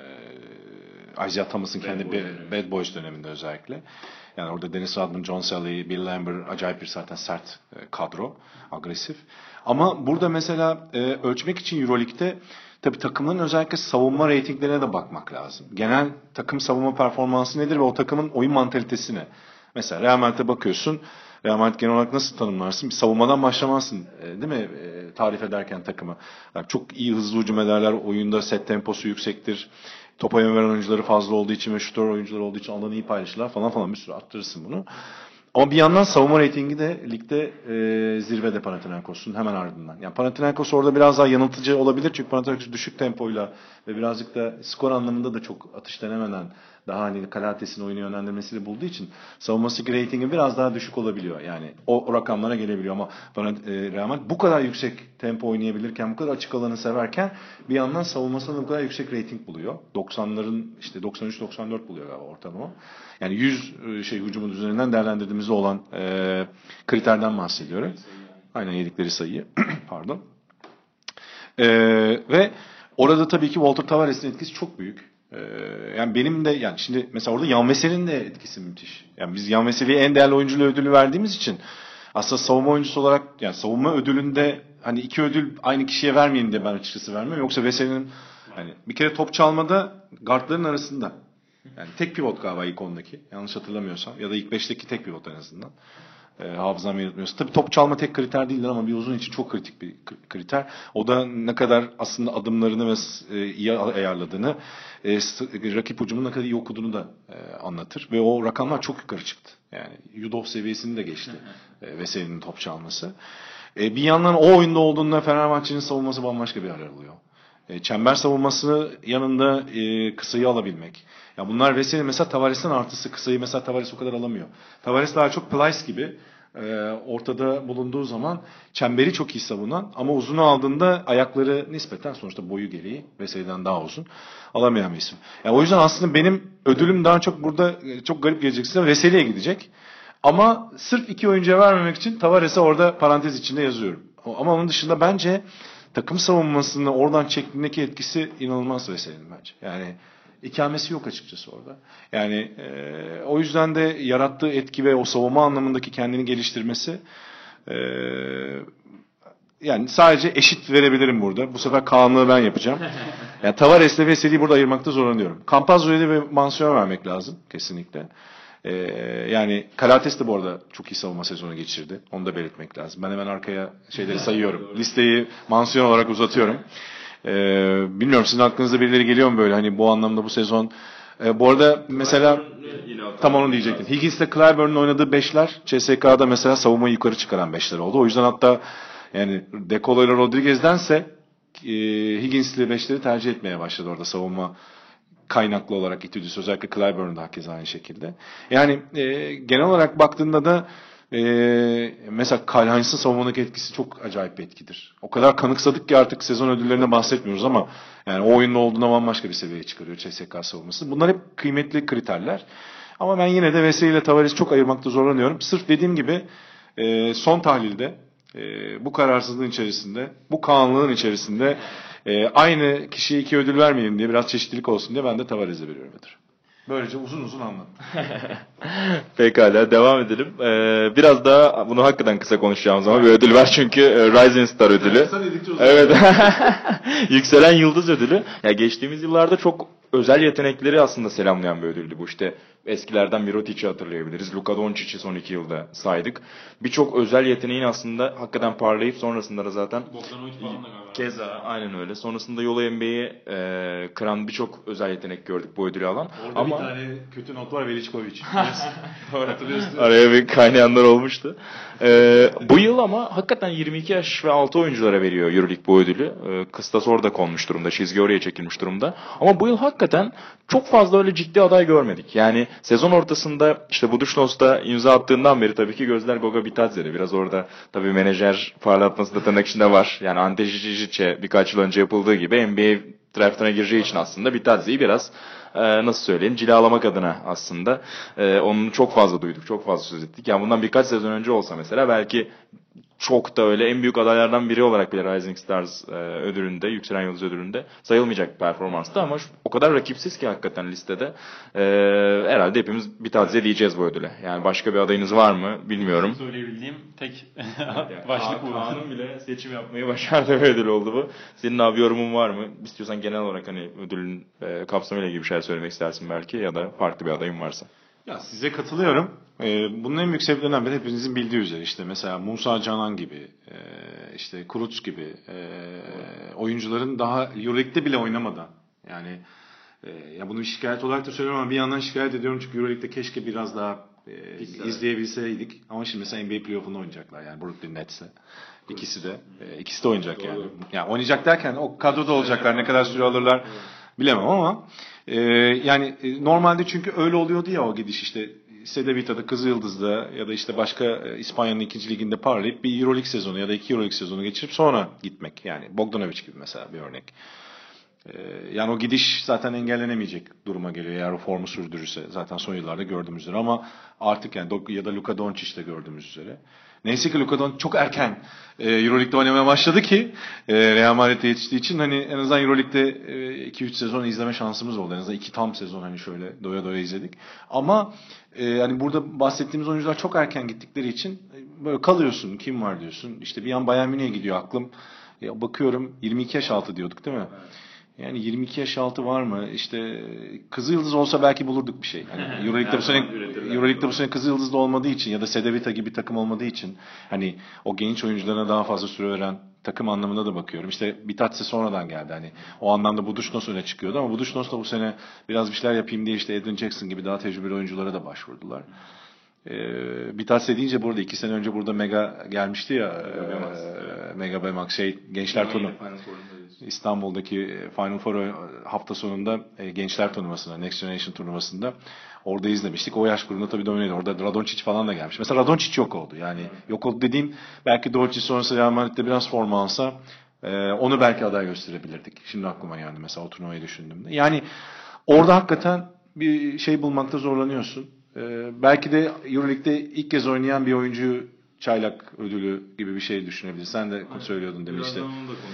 e, Isaiah Thomas'ın kendi Bad, Bad Boys döneminde özellikle. Yani orada Dennis Rodman, John Sally, Bill Lambert acayip bir zaten sert e, kadro, agresif. Ama burada mesela e, ölçmek için Euroleague'de tabii takımların özellikle savunma reytinglerine de bakmak lazım. Genel takım savunma performansı nedir ve o takımın oyun mantalitesi ne? Mesela Real Madrid'e bakıyorsun. Real Madrid genel olarak nasıl tanımlarsın? Bir savunmadan başlamazsın, e, değil mi? E, tarif ederken takımı. Yani çok iyi hızlı hücum ederler. Oyunda set temposu yüksektir. Topa yön veren oyuncuları fazla olduğu için ve şutör oyuncuları olduğu için alanı iyi paylaşırlar falan falan, bir sürü arttırırsın bunu. Ama bir yandan savunma reytingi de ligde e, zirvede Panathinaikos'un hemen ardından. Yani Panathinaikos orada biraz daha yanıltıcı olabilir çünkü Panathinaikos düşük tempoyla ve birazcık da skor anlamında da çok atış denemeden daha hani Kalates'in oyunu yönlendirmesiyle bulduğu için savunması reytingi biraz daha düşük olabiliyor. Yani o, o rakamlara gelebiliyor ama bana e, Real Madrid bu kadar yüksek tempo oynayabilirken, bu kadar açık alanı severken bir yandan savunmasında bu kadar yüksek reyting buluyor. doksanların işte doksan üç doksan dört buluyor galiba ortalama. Yani yüz şey hücumun üzerinden değerlendirdiğimizde olan e, kriterden bahsediyorum. Aynen, yedikleri sayıyı. Pardon. E, ve orada tabii ki Walter Tavares'in etkisi çok büyük. E, yani benim de yani şimdi mesela orada Yan Veseli'nin de etkisi müthiş. Yani biz Yan Veseli'ye en değerli oyuncu ödülü verdiğimiz için aslında savunma oyuncusu olarak yani savunma ödülünde hani iki ödül aynı kişiye vermeyin diye ben açıkçası vermiyorum. Yoksa Veseli'nin hani bir kere top çalmada guardların arasında. Yani tek pivot galiba ilk ondaki. Yanlış hatırlamıyorsam. Ya da ilk beşteki tek pivot en azından. E, hafızam yanıltmıyorsa. Tabii top çalma tek kriter değildir ama bir uzun için çok kritik bir kriter. O da ne kadar aslında adımlarını ve e, iyi ayarladığını, e, rakip hücumun ne kadar iyi okuduğunu da e, anlatır. Ve o rakamlar çok yukarı çıktı. Yani Yudov seviyesini de geçti. e, Veseli'nin top çalması. E, bir yandan o oyunda olduğunda Fenerbahçe'nin savunması bambaşka bir hal alıyor. E, çember savunmasını yanında e, kısayı alabilmek. Ya bunlar Veseli mesela Tavares'in artısı. Kısayı mesela Tavares o kadar alamıyor. Tavares daha çok Plyce gibi e, ortada bulunduğu zaman çemberi çok iyi savunan ama uzunu aldığında ayakları nispeten sonuçta boyu gereği Veseli'den daha uzun alamayan bir isim. Yani o yüzden aslında benim ödülüm daha çok burada e, çok garip gelecek size Veseli'ye gidecek. Ama sırf iki oyuncuya vermemek için Tavares'e orada parantez içinde yazıyorum. Ama onun dışında bence takım savunmasını oradan çektiğindeki etkisi inanılmaz Veseli'nin bence. Yani ikamesi yok açıkçası orada. Yani e, o yüzden de yarattığı etki ve o savunma anlamındaki kendini geliştirmesi e, yani sadece eşit verebilirim burada. Bu sefer Kaan'lığı ben yapacağım. Yani Tavares'le Veseli'yi burada ayırmakta zorlanıyorum. Campazzo'ya da bir mansiyon vermek lazım kesinlikle. Ee, yani Kalates de bu arada çok iyi savunma sezonu geçirdi. Onu da belirtmek lazım. Ben hemen arkaya şeyleri sayıyorum. Listeyi mansiyon olarak uzatıyorum. Ee, bilmiyorum sizin aklınıza birileri geliyor mu böyle hani bu anlamda bu sezon. Ee, bu arada mesela tam onu diyecektim. Higgins'le Clyburn'un oynadığı beşler C S K'da mesela savunmayı yukarı çıkaran beşler oldu. O yüzden hatta yani De Colo ile Rodriguez'dense e, Higgins'li beşleri tercih etmeye başladı orada savunma kaynaklı olarak İtudis, özellikle Clyburn'da hakeza aynı şekilde. Yani e, genel olarak baktığında da e, mesela Karl-Heinz'in savunmadaki etkisi çok acayip bir etkidir. O kadar kanıksadık ki artık sezon ödüllerine bahsetmiyoruz ama yani o oyunun olduğuna bambaşka bir seviyeye çıkarıyor C S K savunması. Bunlar hep kıymetli kriterler. Ama ben yine de Veseli ile Tavares'i çok ayırmakta zorlanıyorum. Sırf dediğim gibi e, son tahlilde e, bu kararsızlığın içerisinde, bu Kaanlığın içerisinde Ee, aynı kişiye iki ödül vermeyelim diye biraz çeşitlilik olsun diye ben de Tavares'e veriyorum ödül. Böylece uzun uzun anlattım. Pekala devam edelim. Ee, biraz daha bunu hakikaten kısa konuşacağımız ama bir ödül var çünkü e, Rising Star ödülü. Evet. Yükselen Yıldız ödülü. Ya geçtiğimiz yıllarda çok özel yetenekleri aslında selamlayan bir ödüldü bu. İşte eskilerden Mirotic'i hatırlayabiliriz. Luka Doncic'i son iki yılda saydık. Birçok özel yeteneğin aslında hakikaten parlayıp sonrasında da zaten keza aynen öyle. Sonrasında yolu N B A'ye e, kıran birçok özel yetenek gördük bu ödülü alan. Orada ama bir tane kötü not var, Veličković. Hatırlıyorsun. Araya bir kaynayanlar olmuştu. Ee, bu yıl ama hakikaten yirmi iki yaş ve altı oyunculara veriyor EuroLeague bu ödülü. Ee, kıstas orada konmuş durumda. Çizgi oraya çekilmiş durumda. Ama bu yıl hakikaten çok fazla öyle ciddi aday görmedik. Yani sezon ortasında işte Budućnos'ta imza attığından beri tabii ki gözler Goga Bitadze'de. Biraz orada tabii menajer parlatması da tırnak içinde var. Yani Ante Živic'e birkaç yıl önce yapıldığı gibi N B A draftına gireceği için aslında Bitadze'yi biraz e, nasıl söyleyeyim cilalamak adına aslında e, onu çok fazla duyduk, çok fazla söz ettik. Yani bundan birkaç sezon önce olsa mesela belki çok da öyle en büyük adaylardan biri olarak bile Rising Stars e, ödülünde, Yükselen Yıldız ödülünde sayılmayacak bir performanstı ama şu, o kadar rakipsiz ki hakikaten listede. E, herhalde hepimiz Bitadze diyeceğiz bu ödüle. Yani başka bir adayınız var mı bilmiyorum. Söyleyebildiğim tek yani, başlık bu. Kaan'ın bile seçim yapmayı başardığı bir ödül oldu bu. Senin abi yorumun var mı? İstiyorsan genel olarak hani ödülün e, kapsamıyla ilgili bir şey söylemek istersin belki ya da farklı bir adayın varsa. Ya size katılıyorum. Ee, bunun en büyük sebeplerinden biri hepinizin bildiği üzere işte mesela Musa Canan gibi, e, işte Kuruç gibi e, oyuncuların daha Euroleague'de bile oynamadan yani e, ya bunu bir şikayet olarak da söylüyorum ama bir yandan şikayet ediyorum çünkü Euroleague'de keşke biraz daha e, izleyebilseydik. Ama şimdi mesela N B A playoff'unu oynayacaklar yani Brooklyn Nets'le. İkisi de e, ikisi de oynayacak yani. Yani oynayacak derken o kadroda olacaklar. Ne kadar süre alırlar bilemem ama e, yani e, normalde çünkü öyle oluyordu ya o gidiş işte Cedevita'da, Kızılyıldız'da ya da işte başka e, İspanya'nın ikinci liginde parlayıp bir Euroleague sezonu ya da iki Euroleague sezonu geçirip sonra gitmek. Yani Bogdanovic gibi mesela bir örnek. E, yani o gidiş zaten engellenemeyecek duruma geliyor eğer o formu sürdürürse. Zaten son yıllarda gördüğümüz üzere ama artık yani ya da Luka Doncic'te gördüğümüz üzere. Neyse ki Luka Doncic çok erken e, Euroleague'de oynamaya başladı ki e, Real Madrid'e yetiştiği için hani en azından Euroleague'de iki üç sezon izleme şansımız oldu. En azından iki tam sezon hani şöyle doya doya izledik. Ama e, hani burada bahsettiğimiz oyuncular çok erken gittikleri için e, böyle kalıyorsun. Kim var diyorsun. İşte bir an Bayern Münih'e gidiyor aklım. Ya bakıyorum yirmi iki yaş altı diyorduk değil mi? Evet. Yani yirmi iki yaş altı var mı? İşte Kızılyıldız olsa belki bulurduk bir şey. Yani Euroleague'de bu sene Euroleague'de bu sene Kızılyıldız'da olmadığı için ya da Cedevita gibi takım olmadığı için hani o genç oyuncularına daha fazla süre veren takım anlamında da bakıyorum. İşte Bitadze sonradan geldi hani. O anlamda Budućnost öne çıkıyordu ama Budućnost da bu sene biraz bir şeyler yapayım diye işte Adrian Jackson gibi daha tecrübeli oyunculara da başvurdular. Ee, Bitadze deyince burada iki sene önce burada Mega gelmişti ya e, Mega Bemax şey gençler turnu İstanbul'daki Final Four hafta sonunda e, gençler turnuvasında Next Generation turnuvasında orada izlemiştik. O yaş grubunda tabii domineydi. Orada Radončić falan da gelmiş. Mesela Radončić yok oldu. Yani yok oldu dediğim belki Doncic sonrası Real Madrid'de biraz forma alsa e, onu belki aday gösterebilirdik. Şimdi aklıma geldi mesela o turnuvayı düşündüğümde. Yani orada hakikaten bir şey bulmakta zorlanıyorsun. Ee, belki de Euroleague'de ilk kez oynayan bir oyuncuyu çaylak ödülü gibi bir şey düşünebilir. Sen de evet, söylüyordun demin işte.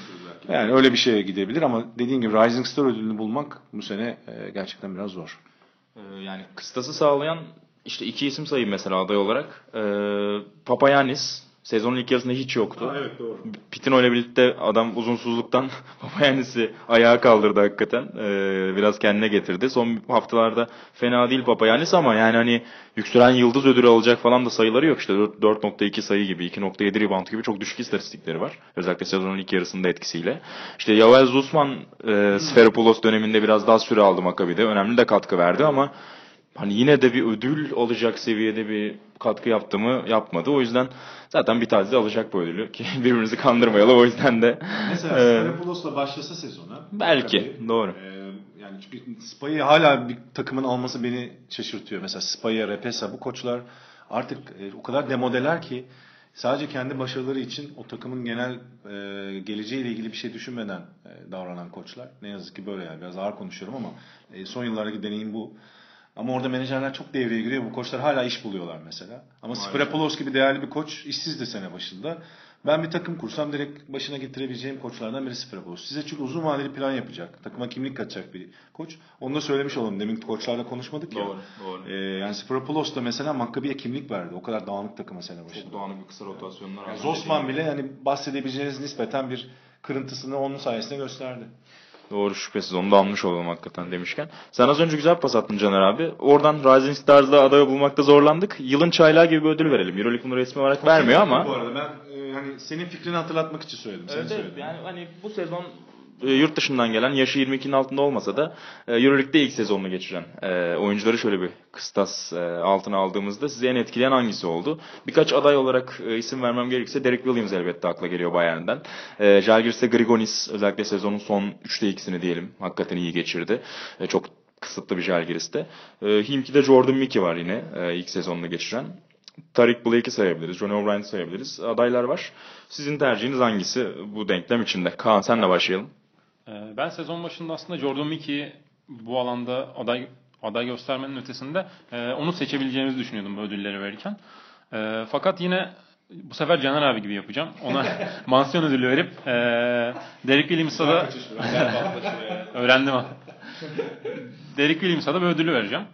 Yani öyle bir şeye gidebilir ama dediğin gibi Rising Star ödülünü bulmak bu sene e, gerçekten biraz zor. Ee, yani kıstası sağlayan işte iki isim sayayım mesela aday olarak. Ee, Papagiannis sezonun ilk yarısında hiç yoktu. Ha, evet doğru. Pitino ile birlikte adam uzunsuzluktan Papagiannis'i ayağa kaldırdı hakikaten. Ee, biraz kendine getirdi. Son haftalarda fena değil Papagiannis ama yani hani yükselen yıldız ödülü alacak falan da sayıları yok. İşte dört nokta iki sayı gibi, iki nokta yedi rebound gibi çok düşük istatistikleri var. Özellikle sezonun ilk yarısında etkisiyle. İşte Joel Zusman e, Sferopoulos döneminde biraz daha süre aldı Maccabi'de. Önemli de katkı verdi ama hani yine de bir ödül alacak seviyede bir katkı yaptı mı yapmadı. O yüzden zaten bir taze alacak bu ödülü ki birbirimizi kandırmayalım o yüzden de. Mesela e, Sferopoulos'la başlasa sezona. Belki tabii, doğru. E, yani çünkü Spa'yı hala bir takımın alması beni şaşırtıyor. Mesela Spa'ya, Repesa bu koçlar artık e, o kadar demodeler ki sadece kendi başarıları için o takımın genel e, geleceğiyle ilgili bir şey düşünmeden e, davranan koçlar. Ne yazık ki böyle yani biraz ağır konuşuyorum ama e, son yıllardaki deneyim bu. Ama orada menajerler çok devreye giriyor. Bu koçlar hala iş buluyorlar mesela. Ama Sferopoulos gibi değerli bir koç işsizdi sene başında. Ben bir takım kursam direkt başına getirebileceğim koçlardan biri Sferopoulos. Size çünkü uzun vadeli plan yapacak. Takıma kimlik katacak bir koç. Onu da söylemiş olalım. Demin koçlarla konuşmadık ya. Doğru, doğru. Ee, yani Sferopoulos da mesela Maccabi'ye kimlik verdi. O kadar dağınık takıma sene başında. Çok dağınık bir kısa rotasyonlar. Yani Zosman bile yani bahsedebileceğiniz nispeten bir kırıntısını onun sayesinde gösterdi. Doğru, şüphesiz onu da almış olalım hakikaten demişken. Sen az önce güzel pas attın Caner abi. Oradan Rising Stars'da adayı bulmakta zorlandık. Yılın çaylağı gibi bir ödül verelim. Euroleague bunu resmi olarak vermiyor ama. Bu arada ben e, hani senin fikrini hatırlatmak için söyledim. Evet, evet yani hani bu sezon e, yurt dışından gelen yaşı yirmi ikinin altında olmasa da e, Euroleague'de ilk sezonunu geçiren e, oyuncuları şöyle bir kıstas e, altına aldığımızda sizi en etkileyen hangisi oldu? Birkaç aday olarak e, isim vermem gerekirse Derek Williams elbette akla geliyor Bayern'den. E, Žalgiris'te Grigonis özellikle sezonun son üçte ikisini diyelim hakikaten iyi geçirdi. E, çok kısıtlı bir Žalgiris'te. E, Himki'de Jordan Mickey var yine e, ilk sezonunu geçiren. Tariq Blake'i sayabiliriz, Johnny O'Brien'i sayabiliriz. Adaylar var. Sizin tercihiniz hangisi bu denklem içinde? Kaan senle başlayalım. Ben sezon başında aslında Jordan Mickey'i bu alanda aday aday göstermenin ötesinde onu seçebileceğimizi düşünüyordum bu ödülleri verirken. Fakat yine bu sefer Caner abi gibi yapacağım. Ona mansiyon ödülü verip Derek Williams'a da öğrendim ha. Derek Williams'a da bir ödülü vereceğim.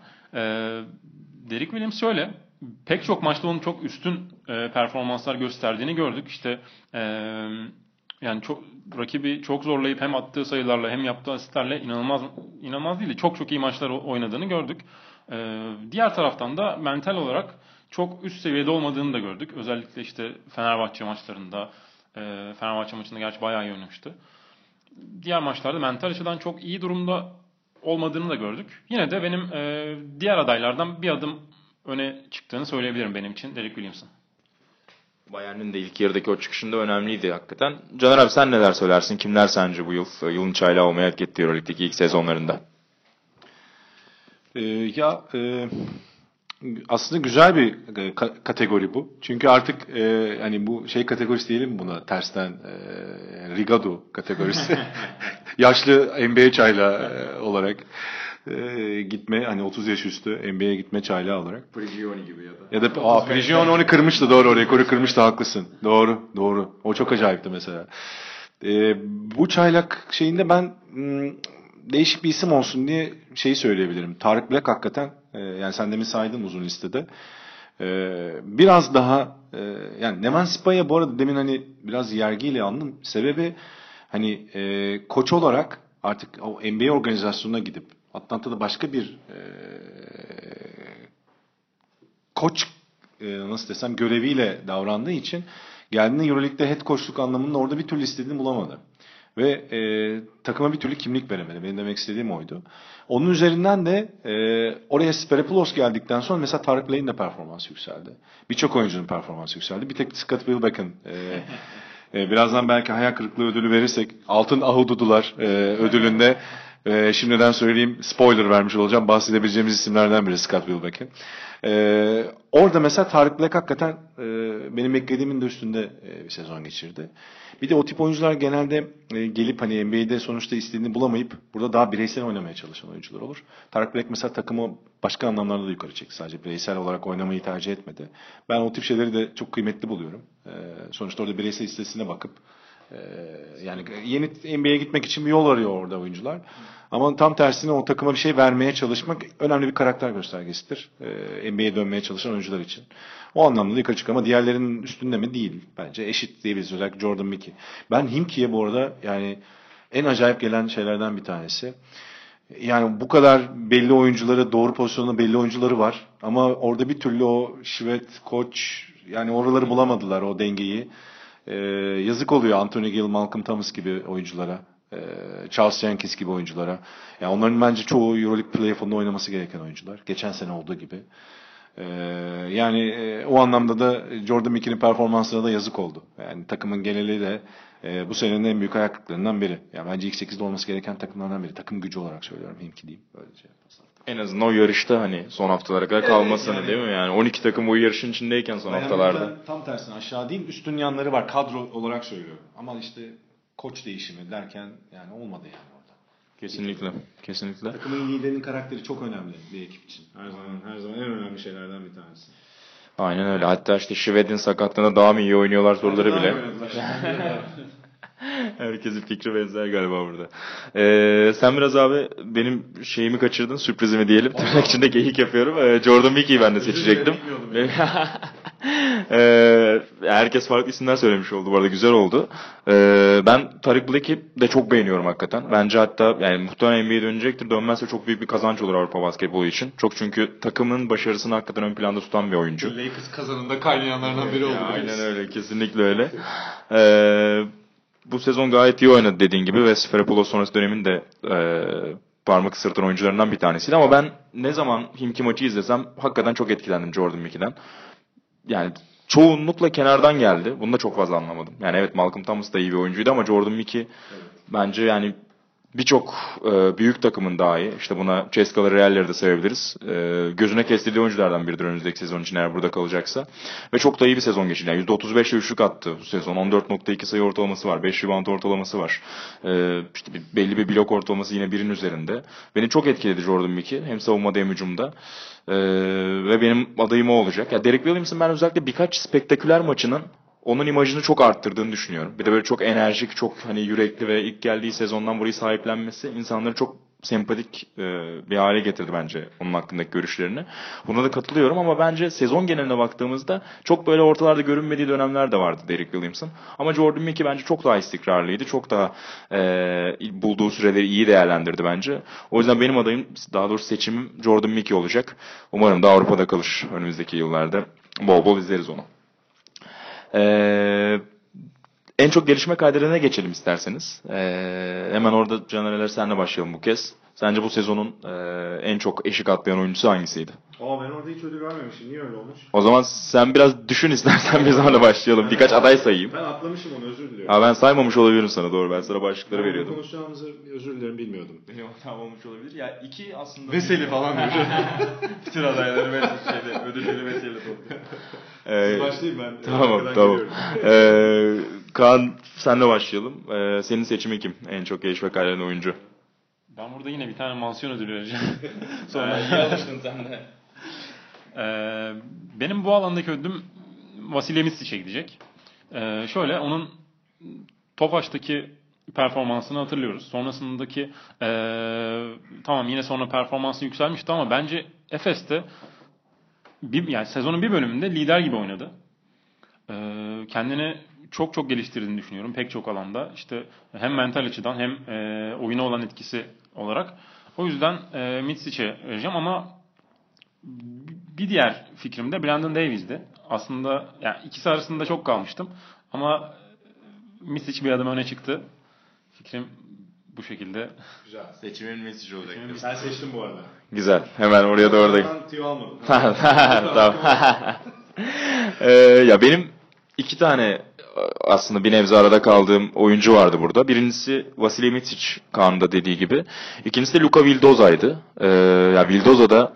Derek Williams şöyle, pek çok maçta onun çok üstün e, performanslar gösterdiğini gördük. İşte e, yani çok rakibi çok zorlayıp hem attığı sayılarla hem yaptığı asistlerle inanılmaz inanılmaz değil de çok çok iyi maçlar oynadığını gördük. Ee, diğer taraftan da mental olarak çok üst seviyede olmadığını da gördük. Özellikle işte Fenerbahçe maçlarında, e, Fenerbahçe maçında gerçi bayağı iyi oynamıştı. Diğer maçlarda mental açıdan çok iyi durumda olmadığını da gördük. Yine de benim e, diğer adaylardan bir adım öne çıktığını söyleyebilirim benim için Derek Williams'ın. Bayern'in de ilk yarıdaki o çıkışında önemliydi hakikaten. Caner abi sen neler söylersin? Kimler sence bu yıl yılın çaylağı olmaya hak etti Euroleague'deki ilk sezonlarında? Ee, ya e, aslında güzel bir ka- kategori bu. Çünkü artık e, hani bu şey kategorisi diyelim buna tersten e, Rigado kategorisi. Yaşlı N B A çaylağı e, olarak e, gitme hani otuz yaş üstü N B A'ye gitme çaylağı olarak. Prigioni gibi ya da. Ya da aa, Prigioni onu kırmıştı, doğru, o rekoru kırmıştı, haklısın. Doğru, doğru. O çok acayipti mesela. E, bu çaylak şeyinde ben m, değişik bir isim olsun diye şeyi söyleyebilirim. Tarık Black hakikaten e, yani sen demin saydın uzun listede. E, biraz daha e, yani Neman Spa'ya bu arada demin hani biraz yergiyle anladım. Sebebi hani e, koç olarak artık o N B A organizasyonuna gidip Atlanta'da başka bir e, koç e, nasıl desem göreviyle davrandığı için geldiğinde Euroleague'de head coachluk anlamında orada bir türlü istediğini bulamadı. Ve e, takıma bir türlü kimlik veremedi. Benim demek istediğim oydu. Onun üzerinden de e, oraya Sperapoulos geldikten sonra mesela Tarık Blay'in de performansı yükseldi. Birçok oyuncunun performansı yükseldi. Bir tek Scott Wilbeck'in e, e, birazdan belki hayal kırıklığı ödülü verirsek altın ahududular e, ödülünde e, şimdiden söyleyeyim, spoiler vermiş olacağım. Bahsedebileceğimiz isimlerden biri Scott Wilbeck'in. Ee, orada mesela Tarık Black hakikaten e, benim beklediğimin de üstünde e, bir sezon geçirdi. Bir de o tip oyuncular genelde e, gelip hani N B A'de sonuçta istediğini bulamayıp burada daha bireysel oynamaya çalışan oyuncular olur. Tarık Black mesela takımı başka anlamlarda da yukarı çekti. Sadece bireysel olarak oynamayı tercih etmedi. Ben o tip şeyleri de çok kıymetli buluyorum. E, sonuçta orada bireysel istatistiğine bakıp e, yani yeni N B A'ye gitmek için bir yol arıyor orada oyuncular. Ama tam tersine o takıma bir şey vermeye çalışmak önemli bir karakter göstergesidir. Ee, N B A'ye dönmeye çalışan oyuncular için. O anlamda da yukarı çıkıyor ama diğerlerinin üstünde mi? Değil. Bence eşit diyebiliriz. Özellikle Jordan Mickey. Ben Himki'ye bu arada yani en acayip gelen şeylerden bir tanesi. Yani bu kadar belli oyuncuları, doğru pozisyonda belli oyuncuları var. Ama orada bir türlü o Şivet, Koç yani oraları bulamadılar, o dengeyi. Ee, yazık oluyor Anthony Gill, Malcolm Thomas gibi oyunculara. Charles Jenkins gibi oyunculara. Yani onların bence çoğu Euroleague playoff'unda oynaması gereken oyuncular. Geçen sene olduğu gibi. Ee, yani e, o anlamda da Jordan Mickey'nin performansına da yazık oldu. Yani takımın geneli de e, bu senenin en büyük ayaklıklarından biri. Yani bence ilk sekizde olması gereken takımlardan biri. Takım gücü olarak söylüyorum Himki diyeyim. Böylece. En azından o yarışta hani son haftalara kadar kalmasını yani, değil mi? Yani on iki takım o yarışın içindeyken son yani haftalarda. Tam tersine aşağı değil, üstün yanları var. Kadro olarak söylüyorum. Ama işte koç değişimi derken yani olmadı yani orada. Kesinlikle. Kesinlikle. Takımın liderinin karakteri çok önemli bir ekip için. Her zaman her zaman en önemli şeylerden bir tanesi. Aynen öyle. Hatta işte Şived'in sakatlığında daha mı iyi oynuyorlar soruları bile. Herkesin fikri benzer galiba burada. Ee, sen biraz abi benim şeyimi kaçırdın, sürprizimi diyelim. Tırnak içinde geyik yapıyorum. Ee, Jordan Mickey'i ben de seçecektim. ee, herkes farklı isimler söylemiş oldu. Bu arada güzel oldu. Ee, ben Tarık Black'i de çok beğeniyorum hakikaten. Bence hatta yani muhtemelen N B A'ye dönecektir. Dönmezse çok büyük bir kazanç olur Avrupa basketbolu için. Çok çünkü takımın başarısını hakikaten ön planda tutan bir oyuncu. Lakers kazanında kaynayanlardan biri oldu. Ya, aynen öyle. Kesinlikle öyle. Eee Bu sezon gayet iyi oynadı dediğin gibi ve Sferopoulos sonrası dönemin de e, parmak ısırtan oyuncularından bir tanesiydi. Ama ben ne zaman Himki maçı izlesem hakikaten çok etkilendim Jordan Mickey'den. Yani çoğunlukla kenardan geldi. Bunu da çok fazla anlamadım. Yani evet Malcolm Thomas da iyi bir oyuncuydu ama Jordan Mickey evet. Bence yani birçok e, büyük takımın dahi, işte buna Ceskalı Real'leri de sevebiliriz. E, gözüne kestirdiği oyunculardan biridir önümüzdeki sezon için eğer burada kalacaksa. Ve çok da iyi bir sezon geçirdi. Yani yüzde otuz beş ile üçlük attı bu sezon. on dört nokta iki sayı ortalaması var. beş rebound ortalaması var. E, işte bir, belli bir blok ortalaması yine birin üzerinde. Beni çok etkiledi Jordan Mickey. Hem savunmada hem hücumda. E, ve benim adayım o olacak. Ya Derek Williams'ın ben özellikle birkaç spektaküler maçının onun imajını çok arttırdığını düşünüyorum. Bir de böyle çok enerjik, çok hani yürekli ve ilk geldiği sezondan burayı sahiplenmesi insanları çok sempatik e, bir hale getirdi bence onun hakkındaki görüşlerini. Buna da katılıyorum ama bence sezon geneline baktığımızda çok böyle ortalarda görünmediği dönemler de vardı Derek Williams'ın. Ama Jordan Mickey bence çok daha istikrarlıydı. Çok daha e, bulduğu süreleri iyi değerlendirdi bence. O yüzden benim adayım, daha doğrusu seçimim Jordan Mickey olacak. Umarım da Avrupa'da kalır önümüzdeki yıllarda. Bol bol izleriz onu. Eee En çok gelişme kaydederine geçelim isterseniz. Ee, hemen orada Caner, senle başlayalım bu kez. Sence bu sezonun e, en çok eşik atlayan oyuncusu hangisiydi? Aa, ben orada hiç ödül vermemişim. Niye öyle olmuş? O zaman sen biraz düşün istersen biz onunla başlayalım. Birkaç aday sayayım. Ben atlamışım onu, özür diliyorum. Ha, ben saymamış olabilirim sana, doğru. Ben sana başlıkları ben veriyordum. Konuşacağımızı özür dilerim, bilmiyordum. Benim hatam olmuş olabilir. Ya iki aslında... Veseli falan diyor. Bütün adayları ve şeyde, ödülleri Veseli topluyor. Ee, Başlayayım ben. Tamam tamam. Ee, Kaan, senle başlayalım. Ee, senin seçimi kim? En çok gelişme kaydeden oyuncu. Ben burada yine bir tane mansiyon ödülü vereceğim. Sonra iyi alıştın sen de. Ee, benim bu alandaki ödülüm Vasilya Mitsic'e gidecek. Ee, şöyle, onun Tofaş'taki performansını hatırlıyoruz. Sonrasındaki ee, tamam yine sonra performansı yükselmişti ama bence Efes'te bir, yani sezonun bir bölümünde lider gibi oynadı. Ee, kendini çok çok geliştirdiğini düşünüyorum pek çok alanda. İşte hem mental açıdan hem e, oyuna olan etkisi olarak. O yüzden e, Mitsic'e vereceğim ama bir diğer fikrim de Brandon Davies'di. Aslında yani ikisi arasında çok kalmıştım ama Mitsic bir adım öne çıktı. Fikrim bu şekilde. Güzel. Seçimin Mitsic'i olacak. Ben seçtim bu arada. Güzel. Hemen oraya doğru da. Ben tüyo almadım. Tamam. ee, ya benim iki tane aslında bir nebze arada kaldığım oyuncu vardı burada. Birincisi Vasilya Mitsic, Kaan'ın da dediği gibi. İkincisi de Luka Vildoza'ydı. Ee, ya Vildoza da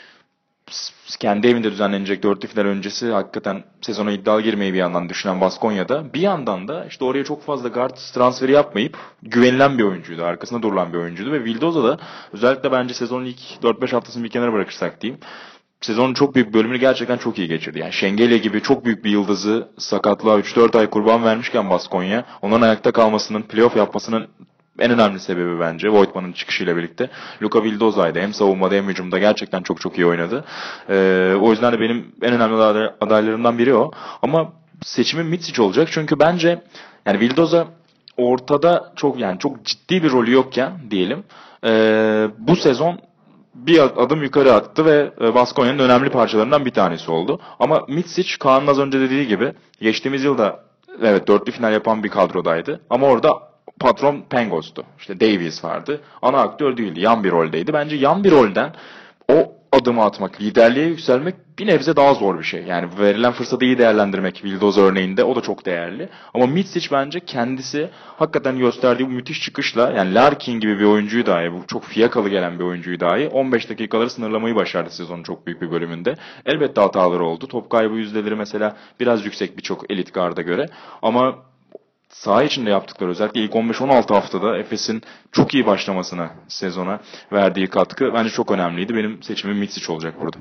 kendi evinde düzenlenecek dörtlü final öncesi hakikaten sezona iddialı girmeyi bir yandan düşünen Baskonya'da, bir yandan da işte oraya çok fazla guard transferi yapmayıp güvenilen bir oyuncuydu. Arkasında durulan bir oyuncuydu ve Vildoza da özellikle bence sezonun ilk dört beş haftasını bir kenara bırakırsak diyeyim, sezonun çok büyük bölümünü gerçekten çok iyi geçirdi. Yani Şengelya gibi çok büyük bir yıldızı sakatlığa üç dört ay kurban vermişken Baskonya, onların ayakta kalmasının, playoff yapmasının en önemli sebebi bence Voigtman'ın çıkışıyla birlikte Luka Vildoza'ydı. Hem savunmada hem hücumda gerçekten çok çok iyi oynadı. Ee, o yüzden de benim en önemli adaylarımdan biri o. Ama seçimim Mitsic olacak çünkü bence yani Vildoza ortada çok yani çok ciddi bir rolü yokken diyelim ee, bu sezon bir adım yukarı attı ve Baskonya'nın önemli parçalarından bir tanesi oldu. Ama Mitsic, Kaan'ın az önce dediği gibi geçtiğimiz yılda evet dörtlü final yapan bir kadrodaydı. Ama orada patron Pangos'tu. İşte Davies vardı. Ana aktör değildi. Yan bir roldeydi. Bence yan bir rolden o adımı atmak, liderliğe yükselmek bir nebze daha zor bir şey. Yani verilen fırsatı iyi değerlendirmek Vildoza örneğinde o da çok değerli. Ama Mitsic bence kendisi hakikaten gösterdiği bu müthiş çıkışla yani Larkin gibi bir oyuncuyu dahi, bu çok fiyakalı gelen bir oyuncuyu dahi on beş dakikaları sınırlamayı başardı sezonun çok büyük bir bölümünde. Elbette hataları oldu. Top kaybı yüzdeleri mesela biraz yüksek birçok elit garda göre. Ama saha içinde yaptıkları özellikle ilk on beş on altı haftada Efes'in çok iyi başlamasına sezona verdiği katkı bence çok önemliydi. Benim seçimim Mitsic olacak burada.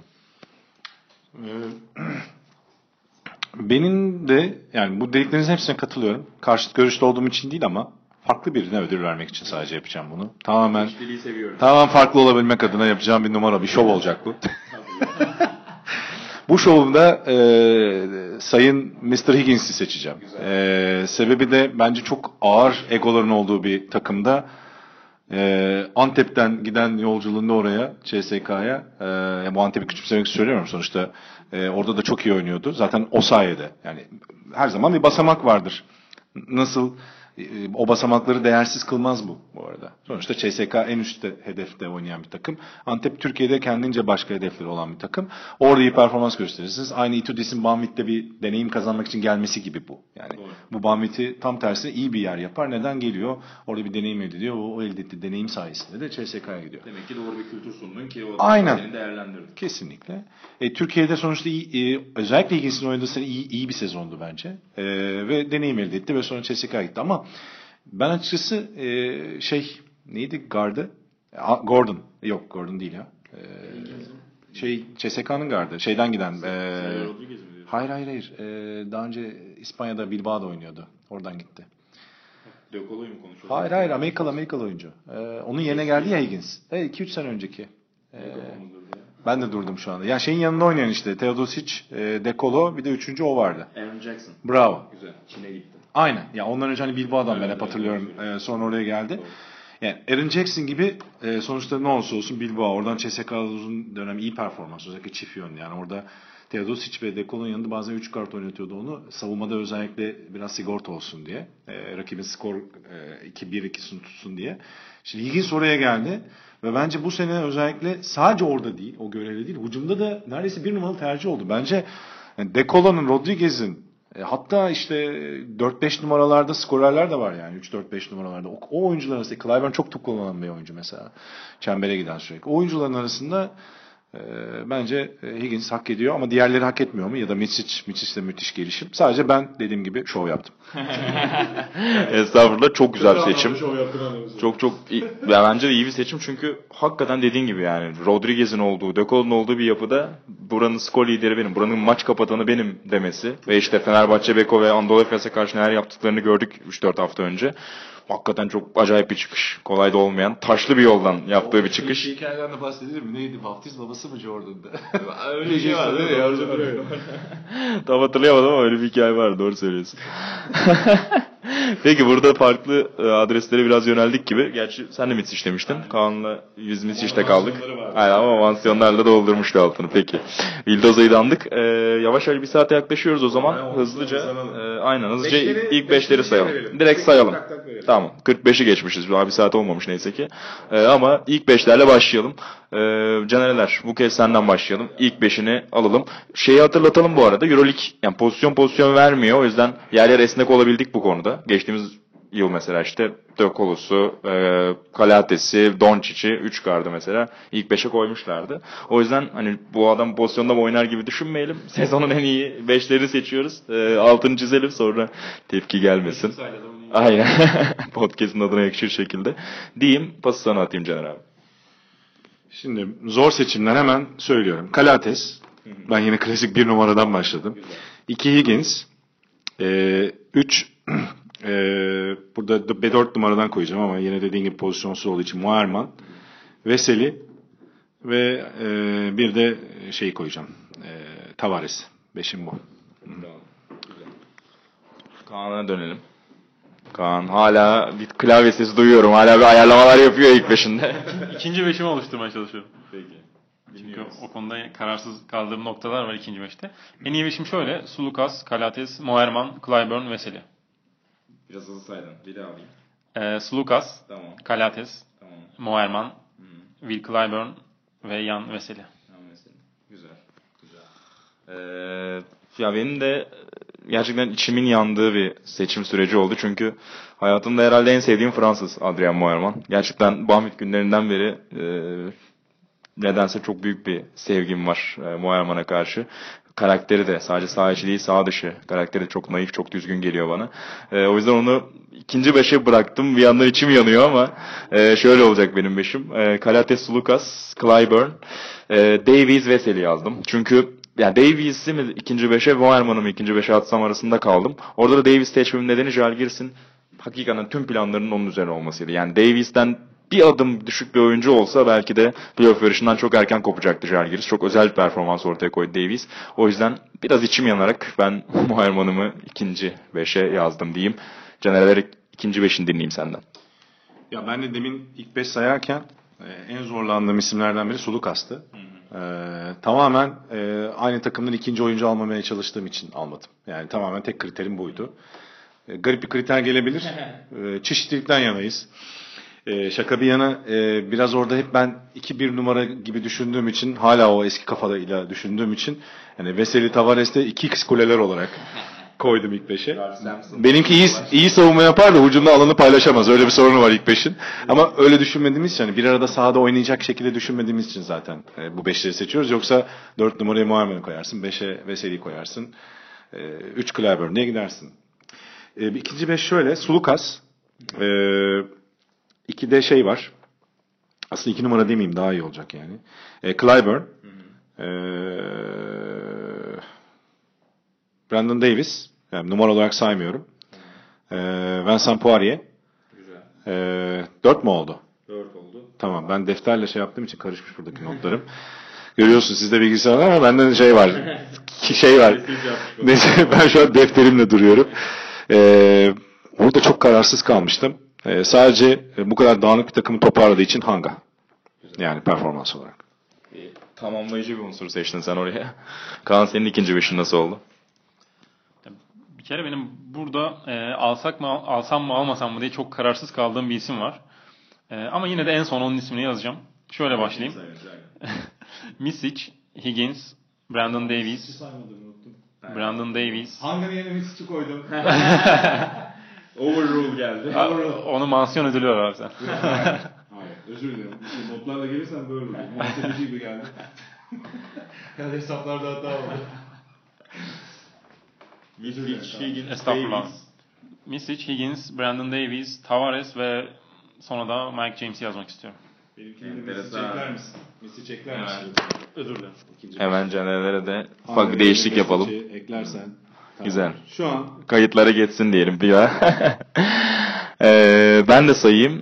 Benim de yani bu dediklerinizin hepsine katılıyorum. Karşıt görüşte olduğum için değil ama farklı birine ödül vermek için sadece yapacağım bunu. Tamamen tamamen farklı olabilmek adına yapacağım bir numara, bir şov olacak bu. Bu şovumda e, Sayın mister Higgins'i seçeceğim. E, sebebi de bence çok ağır egoların olduğu bir takımda e, Antep'ten giden yolculuğunda oraya C S K'ya e, bu Antep'i küçümsemek söylüyorum sonuçta e, orada da çok iyi oynuyordu. Zaten o sayede yani her zaman bir basamak vardır. Nasıl o basamakları değersiz kılmaz bu bu arada. Sonuçta C S K en üstte hedefte oynayan bir takım. Antep Türkiye'de kendince başka hedefleri olan bir takım. Orada iyi performans gösterirsiniz. Aynı Itudis'in Banvit'te bir deneyim kazanmak için gelmesi gibi bu. Yani doğru. Bu Banvit'i tam tersine iyi bir yer yapar. Neden geliyor? Orada bir deneyim elde ediyor. O, o elde ettiği deneyim sayesinde de C S K'ya gidiyor. Demek ki doğru bir kültür sundun ki o Aynen. Seni değerlendirdin. Kesinlikle. E, Türkiye'de sonuçta iyi, e, özellikle ilgisinin oynadığı sene iyi, iyi bir sezondu bence. E, ve deneyim elde etti ve sonra C S K'ya gitti. Ama ben açıkçası e, şey neydi gardı? Gordon. Yok Gordon değil ya. E, şey C S K'nın gardı. Şeyden giden. E, hayır hayır hayır. E, daha önce İspanya'da Bilbao'da oynuyordu. Oradan gitti. De Colo'yu mu konuşuyoruz? Hayır hayır Amerikalı Amerikalı oyuncu. Ee, onun yerine geldi ya Higgins. Evet iki üç sene önceki. Ee, ben de durdum şu anda. Ya şeyin yanında oynayan işte Teodosic, e, De Colo bir de üçüncü o vardı. Aaron Jackson. Bravo. Güzel. Çin'e gitti. Aynen. Ya ondan önce hani Bilbao'dan Evet, ben hep evet, hatırlıyorum. evet. Ee, sonra oraya geldi. Doğru. Yani Aaron Jackson gibi e, sonuçta ne olursa olsun Bilbao oradan C S K A'da uzun dönem iyi performans. Özellikle çift yönlü. Yani orada Teodosic ve De Colo'nun yanında bazen üç kart oynatıyordu onu. Savunmada özellikle biraz sigorta olsun diye. E, rakibin skor e, iki bir ikisini tutsun diye. Şimdi Higgins oraya geldi. Ve bence bu sene özellikle sadece orada değil, o görevde değil. Hücumda da neredeyse bir numaralı tercih oldu. Bence yani De Colo'nun, Rodriguez'in e, hatta işte dört beş numaralarda skorerler de var yani. üç dört beş numaralarda. O, o oyuncular arasında Clyburn çok top kullanan bir oyuncu mesela. Çembere giden sürekli. O oyuncuların arasında e, bence Higgins hak ediyor ama diğerleri hak etmiyor mu? Ya da Mičić, Mičić de müthiş gelişim. Sadece ben dediğim gibi şov yaptım. Estağfurullah, çok güzel bir seçim. Çok çok iyi, ya bence de iyi bir seçim çünkü hakikaten dediğin gibi yani Rodriguez'in olduğu, De Colo'nun olduğu bir yapıda buranın skor lideri benim, buranın maç kapatanı benim demesi ve işte Fenerbahçe, Beko ve Anadolu Efes'e karşı neler yaptıklarını gördük üç dört hafta önce. Hakikaten çok acayip bir çıkış. Kolay da olmayan, taşlı bir yoldan yaptığı bir çıkış. Bir hikayeden de bahsedelim mi? Neydi? Vaftiz babası mı Jordan'da? Öyle bir şey var değil mi? Ya, tam hatırlayamadım ama öyle bir hikaye var. Doğru söylüyorsun. Peki burada farklı adreslere biraz yöneldik gibi. Gerçi sen de Mitsic demiştin. Kaan'la yüz Mitsic'te kaldık. Aynen ama mansiyonlarla doldurmuştu altını. Peki. Vildoza'yı da andık. Ee, yavaş yavaş bir saate yaklaşıyoruz o zaman. Aynen, hızlıca. E, aynen hızlıca beşleri, ilk beşleri sayalım. Verelim. Direkt sayalım. Tamam. kırk beşi geçmişiz. Daha bir saat olmamış neyse ki. Ee, ama ilk beşlerle başlayalım. Ee, Canereler, bu kez senden başlayalım. İlk beşini alalım. Şeyi hatırlatalım bu arada. Euroleague yani pozisyon pozisyon vermiyor. O yüzden yer yer esnek olabildik bu konuda. Geçtiğimiz yıl mesela işte De Colo'su, e, Kalates'i, Doncic'i üç gardı mesela ilk beşe koymuşlardı. O yüzden hani bu adam pozisyonda mı oynar gibi düşünmeyelim. Sezonun en iyi beşleri seçiyoruz. E, altını çizelim sonra tepki gelmesin. Aynen. Podcast'ın adına yakışır şekilde. Diyeyim, pası sana atayım Caner abi. Şimdi zor seçimler hemen söylüyorum. Kalates. Ben yine klasik bir numaradan başladım. Güzel. iki Higgins. Ee, üç e, burada dört numaradan koyacağım ama yine dediğin gibi pozisyonsuz olduğu için Muharman. Veseli ve e, bir de şey koyacağım. E, Tavares. Beşim bu. Güzel. Kaan'a dönelim. Kaan hala bir klavye sesi duyuyorum. Hala bir ayarlamalar yapıyor ilk beşinde. İkinci beşimi oluşturmaya çalışıyorum. Peki. Çünkü o konuda kararsız kaldığım noktalar var ikinci beşte. En iyi beşim şöyle. Sulukas, Kalates, Moerman, Clyburn, Veseli. Biraz hızlı saydın. Bir daha alayım. Ee, Sulukas, tamam. Kalates, tamam. Moerman, hmm. Will Clyburn ve Jan Veseli. Jan Veseli. Güzel. Güzel. Ee, ya benim de gerçekten içimin yandığı bir seçim süreci oldu. Çünkü hayatımda herhalde en sevdiğim Fransız Adrien Moerman. Gerçekten Bahmit günlerinden beri e, nedense çok büyük bir sevgim var e, Moerman'a karşı. Karakteri de sadece saha içi değil saha dışı. Karakteri de çok naif, çok düzgün geliyor bana. E, o yüzden onu ikinci beşe bıraktım. Bir yandan içim yanıyor ama e, şöyle olacak benim beşim. E, Kalates, Lucas, Clyburn, e, Davies, Veseli yazdım. Çünkü yani Davies'i mi ikinci beşe, Moerman'ı mı ikinci beşe atsam arasında kaldım. Orada da Davies seçmemin nedeni Žalgiris'in hakikaten tüm planlarının onun üzerine olmasıydı. Yani Davies'ten bir adım düşük bir oyuncu olsa belki de playoff yarışından çok erken kopacaktı Žalgiris. Çok özel bir performans ortaya koydu Davies. O yüzden biraz içim yanarak ben Moerman'ımı ikinci beşe yazdım diyeyim. Caner'ler ikinci beşini dinleyeyim senden. Ya ben de demin ilk beş sayarken en zorlandığım isimlerden biri Sulukas'tı. Ee, tamamen e, aynı takımdan ikinci oyuncu almamaya çalıştığım için almadım. Yani tamamen tek kriterim buydu. E, garip bir kriter gelebilir. E, çeşitlilikten yanayız. E, şaka bir yana e, biraz orada hep ben iki bir numara gibi düşündüğüm için hala o eski kafayla düşündüğüm için yani Veseli Tavares'te iki x kuleler olarak koydum ilk beşe. Benimki iyi, iyi savunma yapar da hücumda alanı paylaşamaz. Öyle bir sorunu var ilk beşin. Ama öyle düşünmediğimiz için, yani bir arada sahada oynayacak şekilde düşünmediğimiz için zaten e, bu beşleri seçiyoruz. Yoksa dört numaraya Muharrem'i koyarsın, beşe Veseli'yi koyarsın, e, üç Clyburn diye gidersin. E, ikinci beş şöyle, Sulukas, e, ikide şey var. Aslında iki numara demeyeyim, daha iyi olacak yani. E, Clyburn, e, Brandon Davis, yani numara olarak saymıyorum. Ee, Vincent Poirier Ee, dört mü oldu? dört oldu. Tamam, ben defterle şey yaptığım için karışmış buradaki notlarım. Görüyorsun sizde bilgisayar var ama bende şey var. şey var. Neyse ben şu an defterimle duruyorum. Ee, burada çok kararsız kalmıştım. Ee, sadece bu kadar dağınık bir takımı toparladığı için Hanga. Yani performans olarak. E, tamamlayıcı bir unsur seçtin sen oraya. Kaan senin ikinci beşin nasıl oldu? Bir kere benim burada e, alsak mı alsam mı almasam mı diye çok kararsız kaldığım bir isim var. E, ama yine de en son onun ismini yazacağım. Şöyle başlayayım. Misic, Higgins, Brandon Davies. Brandon Davies. Hanga'nın yerine Misic'i koydum. Overrule geldi. Ha, onu mansiyon ödülü var abi sen. Hayır, özür dilerim. Şimdi notlarla gelirsen böyle olur. Muhasebeci gibi geldi. Yani hesaplarda hata oldu. Misic, Higgins, Estağfurullah. Davies. Misic, Higgins, Brandon Davies, Tavares ve sonra da Mike James'i yazmak istiyorum. Benimkini de Misic ekler misin? Misic ekler misin? Özür dilerim. Hemen Caner'lere de ufak bir değişiklik yapalım. Eklersen. Tamam. Güzel. Şu an Kayıtlara geçsin diyelim bir daha. ee, ben de sayayım.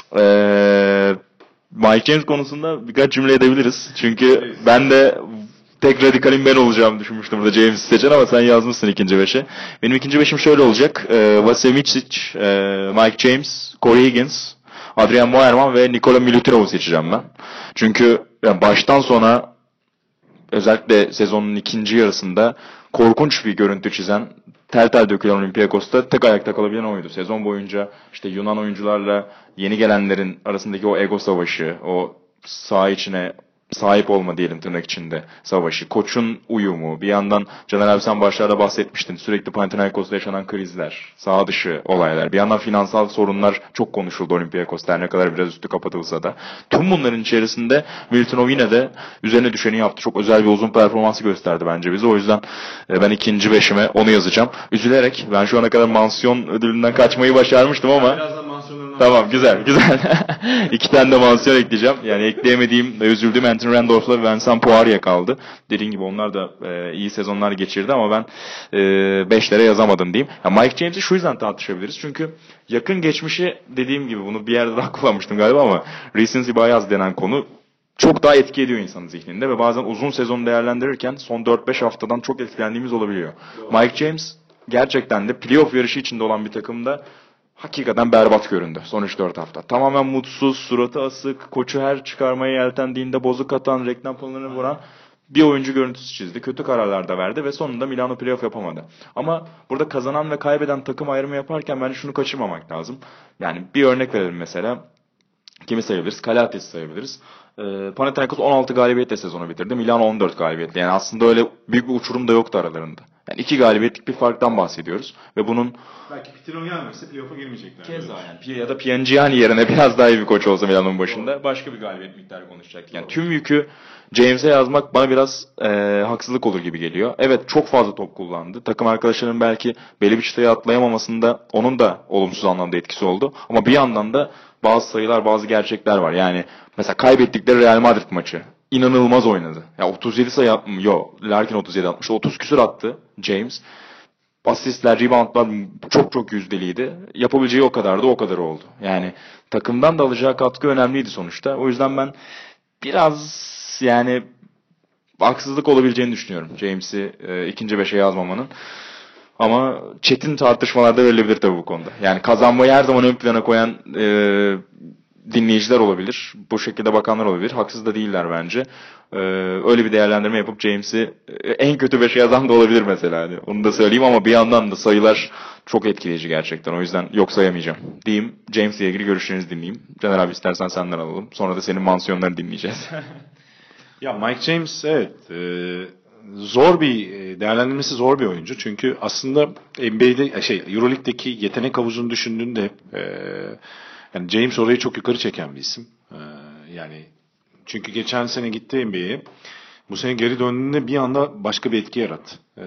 Ee, Mike James konusunda birkaç cümle edebiliriz. Çünkü ben de tek radikalim ben olacağımı düşünmüştüm burada James'i seçen ama sen yazmışsın ikinci beşe. Benim ikinci beşim şöyle olacak. Ee, Vasilij Micic, e, Mike James, Corey Higgins, Adrian Moerman ve Nikola Milutinov'u seçeceğim ben. Çünkü yani baştan sona özellikle sezonun ikinci yarısında korkunç bir görüntü çizen, tel tel dökülen Olympiakos'ta tek ayakta kalabilen oydu. Sezon boyunca işte Yunan oyuncularla yeni gelenlerin arasındaki o ego savaşı, o saha içine sahip olma diyelim tırnak içinde savaşı, koçun uyumu, bir yandan Caner abi sen başlarda bahsetmiştin, sürekli Panathinaikos'ta yaşanan krizler, saha dışı olaylar, bir yandan finansal sorunlar çok konuşuldu Olympiakos'ta her ne kadar biraz üstü kapatılsa da. Tüm bunların içerisinde Milutinov yine de üzerine düşeni yaptı. Çok özel bir uzun performansı gösterdi bence bize. O yüzden ben ikinci beşime onu yazacağım. Üzülerek ben şu ana kadar mansiyon ödülünden kaçmayı başarmıştım ama birazdan mansiyonlarından tamam güzel güzel. İki tane de mansiyon ekleyeceğim. Yani ekleyemediğim ve üzüldüğüm Anthony Randolph'la Vincent Poirier kaldı. Dediğim gibi onlar da e, iyi sezonlar geçirdi ama ben e, beşlere yazamadım diyeyim. Ya Mike James'i şu yüzden tartışabiliriz. Çünkü yakın geçmişi dediğim gibi bunu bir yerde daha kullanmıştım galiba ama recency bias denen konu çok daha etki ediyor insanın zihninde ve bazen uzun sezonu değerlendirirken son dört beş haftadan çok etkilendiğimiz olabiliyor. Mike James gerçekten de playoff yarışı içinde olan bir takımda hakikaten berbat göründü son üç dört hafta. Tamamen mutsuz, suratı asık, koçu her çıkarmaya yeltendiğinde bozuk atan, reklam panolarını vuran bir oyuncu görüntüsü çizdi. Kötü kararlar da verdi ve sonunda Milano playoff yapamadı. Ama burada kazanan ve kaybeden takım ayrımı yaparken bence şunu kaçırmamak lazım. Yani bir örnek verelim mesela. Kimi sayabiliriz? Kalates sayabiliriz. Ee, Panathinaikos on altı galibiyetle sezonu bitirdi. Milano on dört galibiyetle. Yani aslında öyle büyük bir uçurum da yoktu aralarında. Yani iki galibiyetlik bir farktan bahsediyoruz. Ve bunun belki Pitino gelmezse playoff'a girmeyecekler. Keza yani. Ya da Piangiani yerine biraz daha iyi bir koç olsa Milano'nun başında başka bir galibiyet miktarı konuşacaktık. Yani tüm yükü James'e yazmak bana biraz e, haksızlık olur gibi geliyor. Evet çok fazla top kullandı. Takım arkadaşlarının belki belli bir çıtayı atlayamamasında onun da olumsuz anlamda etkisi oldu. Ama bir yandan da bazı sayılar, bazı gerçekler var. Yani mesela kaybettikleri Real Madrid maçı inanılmaz oynadı. Ya otuz yedi sayı attı. Yok, Larkin otuz yedi atmış. otuz küsür attı James. Asistler, reboundlar çok çok yüzdeliydi. Yapabileceği o kadar da o kadar oldu. Yani takımdan da alacağı katkı önemliydi sonuçta. O yüzden ben biraz yani haksızlık olabileceğini düşünüyorum James'i e, ikinci beşe yazmamanın. Ama çetin tartışmalarda verilebilir tabii bu konuda. Yani kazanmayı her zaman ön plana koyan e, dinleyiciler olabilir. Bu şekilde bakanlar olabilir. Haksız da değiller bence. Ee, öyle bir değerlendirme yapıp James'i en kötü beşe yazan da olabilir mesela. Hani onu da söyleyeyim ama bir yandan da sayılar çok etkileyici gerçekten. O yüzden yok sayamayacağım. Diyeyim, James'le ilgili görüşlerinizi dinleyeyim. Caner abi istersen senden alalım. Sonra da senin mansiyonlarını dinleyeceğiz. Ya Mike James evet e, zor bir değerlendirmesi zor bir oyuncu. Çünkü aslında N B A'de şey EuroLeague'deki yetenek havuzunu düşündüğünde e, yani James orayı çok yukarı çeken bir isim. E, yani çünkü geçen sene gitti N B A'ye. Bu sene geri döndüğünde bir anda başka bir etki yarattı. E,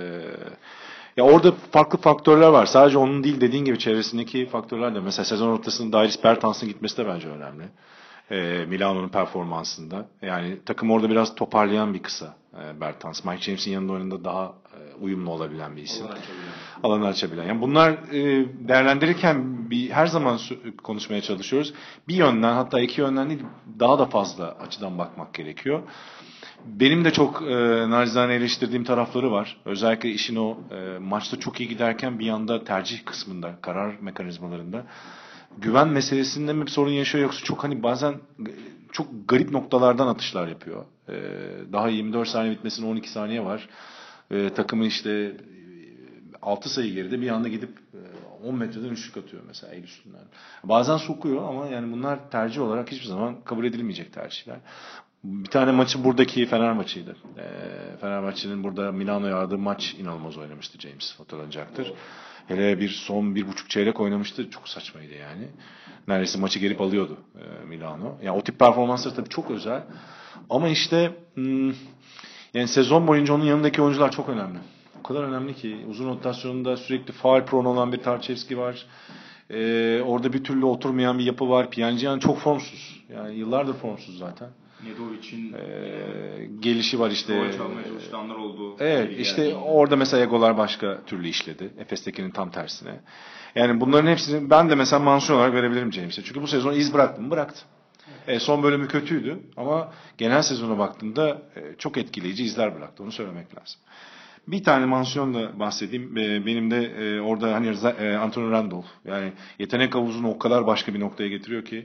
ya orada farklı faktörler var. Sadece onun değil dediğin gibi çevresindeki faktörler de. Mesela sezon ortasında Dairis Bertans'ın gitmesi de bence önemli. E, Milano'nun performansında. Yani takım orada biraz toparlayan bir kısa e, Bertans. Mike James'in yanında oyununda daha e, uyumlu olabilen bir isim. Alanı açabilen. Yani bunlar e, değerlendirirken bir her zaman konuşmaya çalışıyoruz. Bir yönden, hatta iki yönden değil, daha da fazla açıdan bakmak gerekiyor. Benim de çok e, nacizane eleştirdiğim tarafları var. Özellikle işin o e, maçta çok iyi giderken bir yanda tercih kısmında, karar mekanizmalarında güven meselesinde mi bir sorun yaşıyor, yoksa çok hani bazen çok garip noktalardan atışlar yapıyor. E, daha yirmi dört saniye bitmesine on iki saniye var. E, takımı işte altı sayı geride bir anda gidip on metreden üçlük atıyor mesela el üstünden. Bazen sokuyor ama yani bunlar tercih olarak hiçbir zaman kabul edilmeyecek tercihler. Bir tane maçı buradaki Fener maçıydı. E, Fenerbahçe'nin burada Milano'ya aldığı maç inanılmaz oynamıştı James, hatırlanacaktır. Hele bir son bir buçuk çeyrek oynamıştı. Çok saçmaydı yani. Neredeyse maçı gelip alıyordu e, Milano. Yani o tip performanslar tabii çok özel. Ama işte hmm, yani sezon boyunca onun yanındaki oyuncular çok önemli. O kadar önemli ki uzun rotasyonunda sürekli faul prone olan bir Tarçevski var. Ee, orada bir türlü oturmayan bir yapı var. Pjanic çok formsuz. Yani yıllardır formsuz zaten. Nedovic'in ee, gelişi var işte. Gol çalmaya çalışanlar oldu. Evet işte yani. Orada mesela egolar başka türlü işledi. Efes'tekinin tam tersine. Yani bunların hepsini ben de mesela mansiyon olarak verebilirim James'e. Çünkü bu sezon iz bıraktım. Bıraktı. E, son bölümü kötüydü ama genel sezona baktığımda e, çok etkileyici izler bıraktı. Onu söylemek lazım. Bir tane mansiyonla bahsedeyim. E, benim de e, orada hani e, Anthony Randolph. Yani yetenek havuzunu o kadar başka bir noktaya getiriyor ki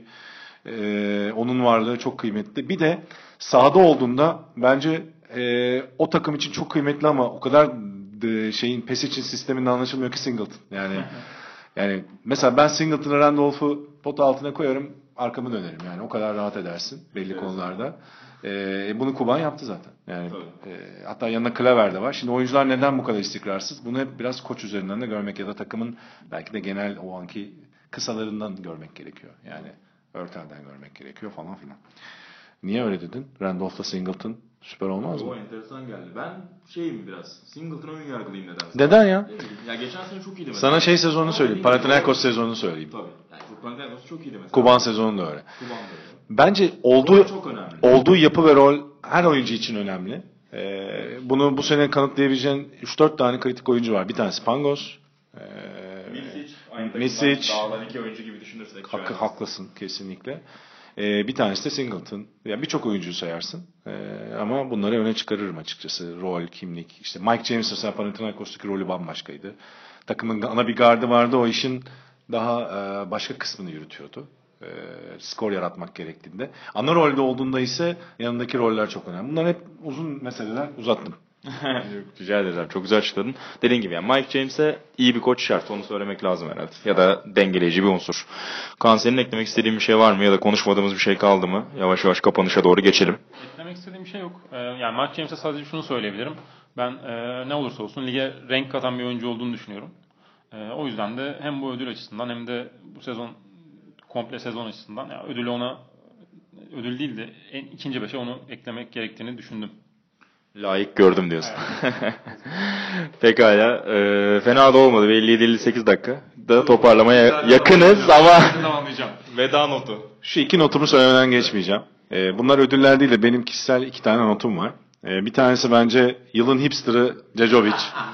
e, onun varlığı çok kıymetli. Bir de sahada olduğunda bence e, o takım için çok kıymetli ama o kadar de, şeyin pes için sisteminde anlaşılmıyor ki Singleton. Yani yani mesela ben Singleton'ı Randolph'u pot altına koyarım, arkamı dönerim yani o kadar rahat edersin belli evet. konularda. Ee, bunu Kuban yaptı zaten. Yani e, hatta yanında Klaver de var. Şimdi oyuncular neden bu kadar istikrarsız? Bunu hep biraz koç üzerinden de görmek ya da takımın belki de genel o anki kısalarından görmek gerekiyor. Yani Örtel'den görmek gerekiyor falan filan. Niye öyle dedin? Randolph'la Singleton süper olmaz mı? O enteresan geldi. Ben şeyim biraz. Singleton ön yargılıyım nedense. Neden ya? Ya geçen sene çok iyiydi mesela. Sana şey sezonunu söyleyeyim. Panathinaikos sezonunu söyleyeyim. Tabii. Yani Panathinaikos çok iyiydi mesela. Kuban sezonu da öyle. Kuban da öyle. Bence olduğu olduğu yapı ve rol her oyuncu için önemli. Ee, bunu bu sene kanıtlayabileceğin üç dört tane kritik oyuncu var. Bir tanesi Pangos. Ee, Misic. Aynı Misic. Dağılan iki oyuncu gibi düşünürsek. Hakkı, haklısın kesinlikle. Ee, bir tanesi de Singleton. Yani birçok oyuncuyu sayarsın. Ee, ama bunları öne çıkarırım açıkçası. Rol, kimlik. İşte Mike James mesela Panathinaikos'taki rolü bambaşkaydı. Takımın ana bir gardı vardı. O işin daha e, başka kısmını yürütüyordu. E, skor yaratmak gerektiğinde. Ana rolde olduğunda ise yanındaki roller çok önemli. Bunlar hep uzun meseleler. Uzattım. Rica ederim. Çok güzel açıkladın. Dediğin gibi yani Mike James'e iyi bir koç şart. Onu söylemek lazım herhalde. Ya da dengeleyici bir unsur. Kaan, senin eklemek istediğin bir şey var mı? Ya da konuşmadığımız bir şey kaldı mı? Yavaş yavaş kapanışa doğru geçelim. Eklemek istediğim bir şey yok. Ee, yani Mike James'e sadece şunu söyleyebilirim. Ben e, ne olursa olsun lige renk katan bir oyuncu olduğunu düşünüyorum. E, o yüzden de hem bu ödül açısından hem de bu sezon komple sezon açısından yani ödülü ona ödül değil de en, ikinci beşe onu eklemek gerektiğini düşündüm. Layık gördüm diyorsun. Evet. Pekala. E, fena da olmadı. elli yedi elli sekiz dakika da toparlamaya yakınız ama veda notu. Şu iki notumu söylemeden geçmeyeceğim. E, bunlar ödüller değil de benim kişisel iki tane notum var. E, bir tanesi bence yılın hipsterı Cedovic.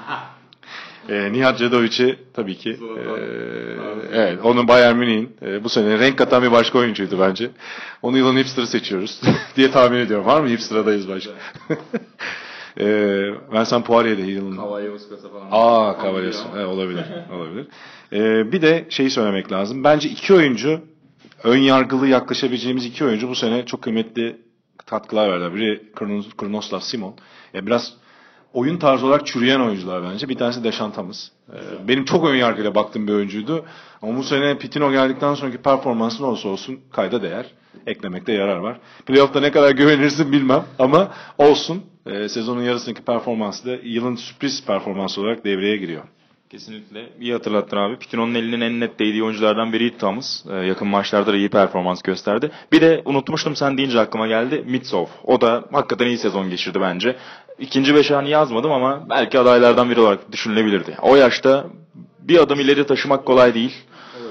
E, Nihat Cedovic'i tabii ki. E, evet, onu Bayern Münih'in e, bu sene renk katan bir başka oyuncuydu bence. Onu yılın hipster'ı seçiyoruz diye tahmin ediyorum. Var mı hipster adayız başka? e, Vincent Poirier de yılın. Kavalyos'kasa falan. Aa, Kavalyos. Evet, olabilir. olabilir. E, bir de şeyi söylemek lazım. Bence iki oyuncu, ön yargılı yaklaşabileceğimiz iki oyuncu bu sene çok kıymetli katkılar verdiler. Biri Kronoslav Simon. E, biraz oyun tarzı olarak çürüyen oyuncular bence. Bir tanesi Deşan Thomas. Ee, benim çok ön yargıyla baktığım bir oyuncuydu. Ama bu sene Pitino geldikten sonraki performansı ne olursa olsun kayda değer. Eklemekte yarar var. Playoff'ta ne kadar güvenirsin bilmem ama olsun. Ee, sezonun yarısındaki performansı da yılın sürpriz performansı olarak devreye giriyor. Kesinlikle. İyi hatırlattın abi. Pitino'nun elinin en net değdiği oyunculardan biriydi Thomas. Ee, yakın maçlarda da iyi performans gösterdi. Bir de unutmuştum, sen deyince aklıma geldi. Mitsov. O da hakikaten iyi sezon geçirdi bence. İkinci beşe hani yazmadım ama belki adaylardan biri olarak düşünülebilirdi. O yaşta bir adım ileri taşımak kolay değil.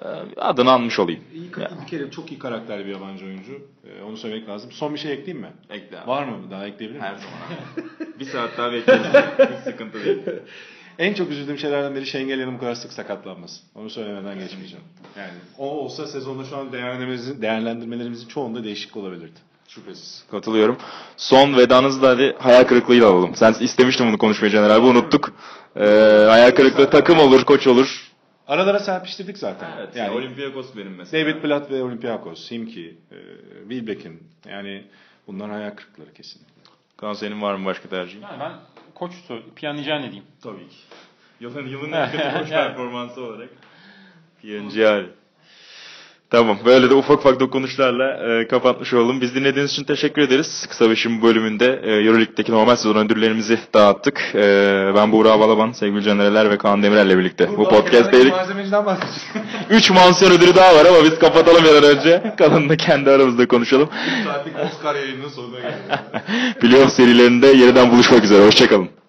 adını anmış olayım. İyi, bir kere çok iyi karakterli bir yabancı oyuncu. Ee, onu söylemek lazım. Son bir şey ekleyeyim mi? Ekle abi. Var mı? Daha ekleyebilir miyim? Her zaman. Bir saat daha bekleriz. Hiç sıkıntı değil. En çok üzüldüğüm şeylerden biri Şengel'in bu kadar sık sakatlanması. Onu söylemeden geçmeyeceğim. Yani o olsa sezonda şu an değerlendirmelerimizin, değerlendirmelerimizin çoğunda değişiklik olabilirdi. Şüphesiz. Katılıyorum. Son vedanızı da hadi hayal kırıklığıyla alalım. Sen istemiştin bunu konuşmayı Caner abi, unuttuk. Ee, hayal kırıklığı takım olur, koç olur. Aralara serpiştirdik zaten. Evet, yani Olympiakos benim mesela. David Blatt ve Olympiakos, Simki, e, Wilbeck'in, yani bunlar hayal kırıkları kesinlikle. Kaan, senin var mı başka tercihin? Yani ben koç Pjanić'i ne diyeyim? Tabii ki. Yılın, yılın en kötü koç performansı olarak. Pjanić. Tamam, böyle de ufak ufak dokunuşlarla e, kapatmış olalım. Biz dinlediğiniz için teşekkür ederiz. Kısa Beş'in bu bölümünde e, Euroleague'deki normal sezon ödüllerimizi dağıttık. E, ben Buğra Balaban, sevgili Canerler ve Kaan Demirel'le birlikte bu podcast'teydik. Malzemeciden bahsedeceğiz. Üç mansiyon ödülü daha var ama biz kapatalım bir an önce. Kalanını kendi aramızda konuşalım. üç saatlik Oscar yayınının sonuna geldik. Playoff serilerinde yeniden buluşmak üzere. Hoşçakalın.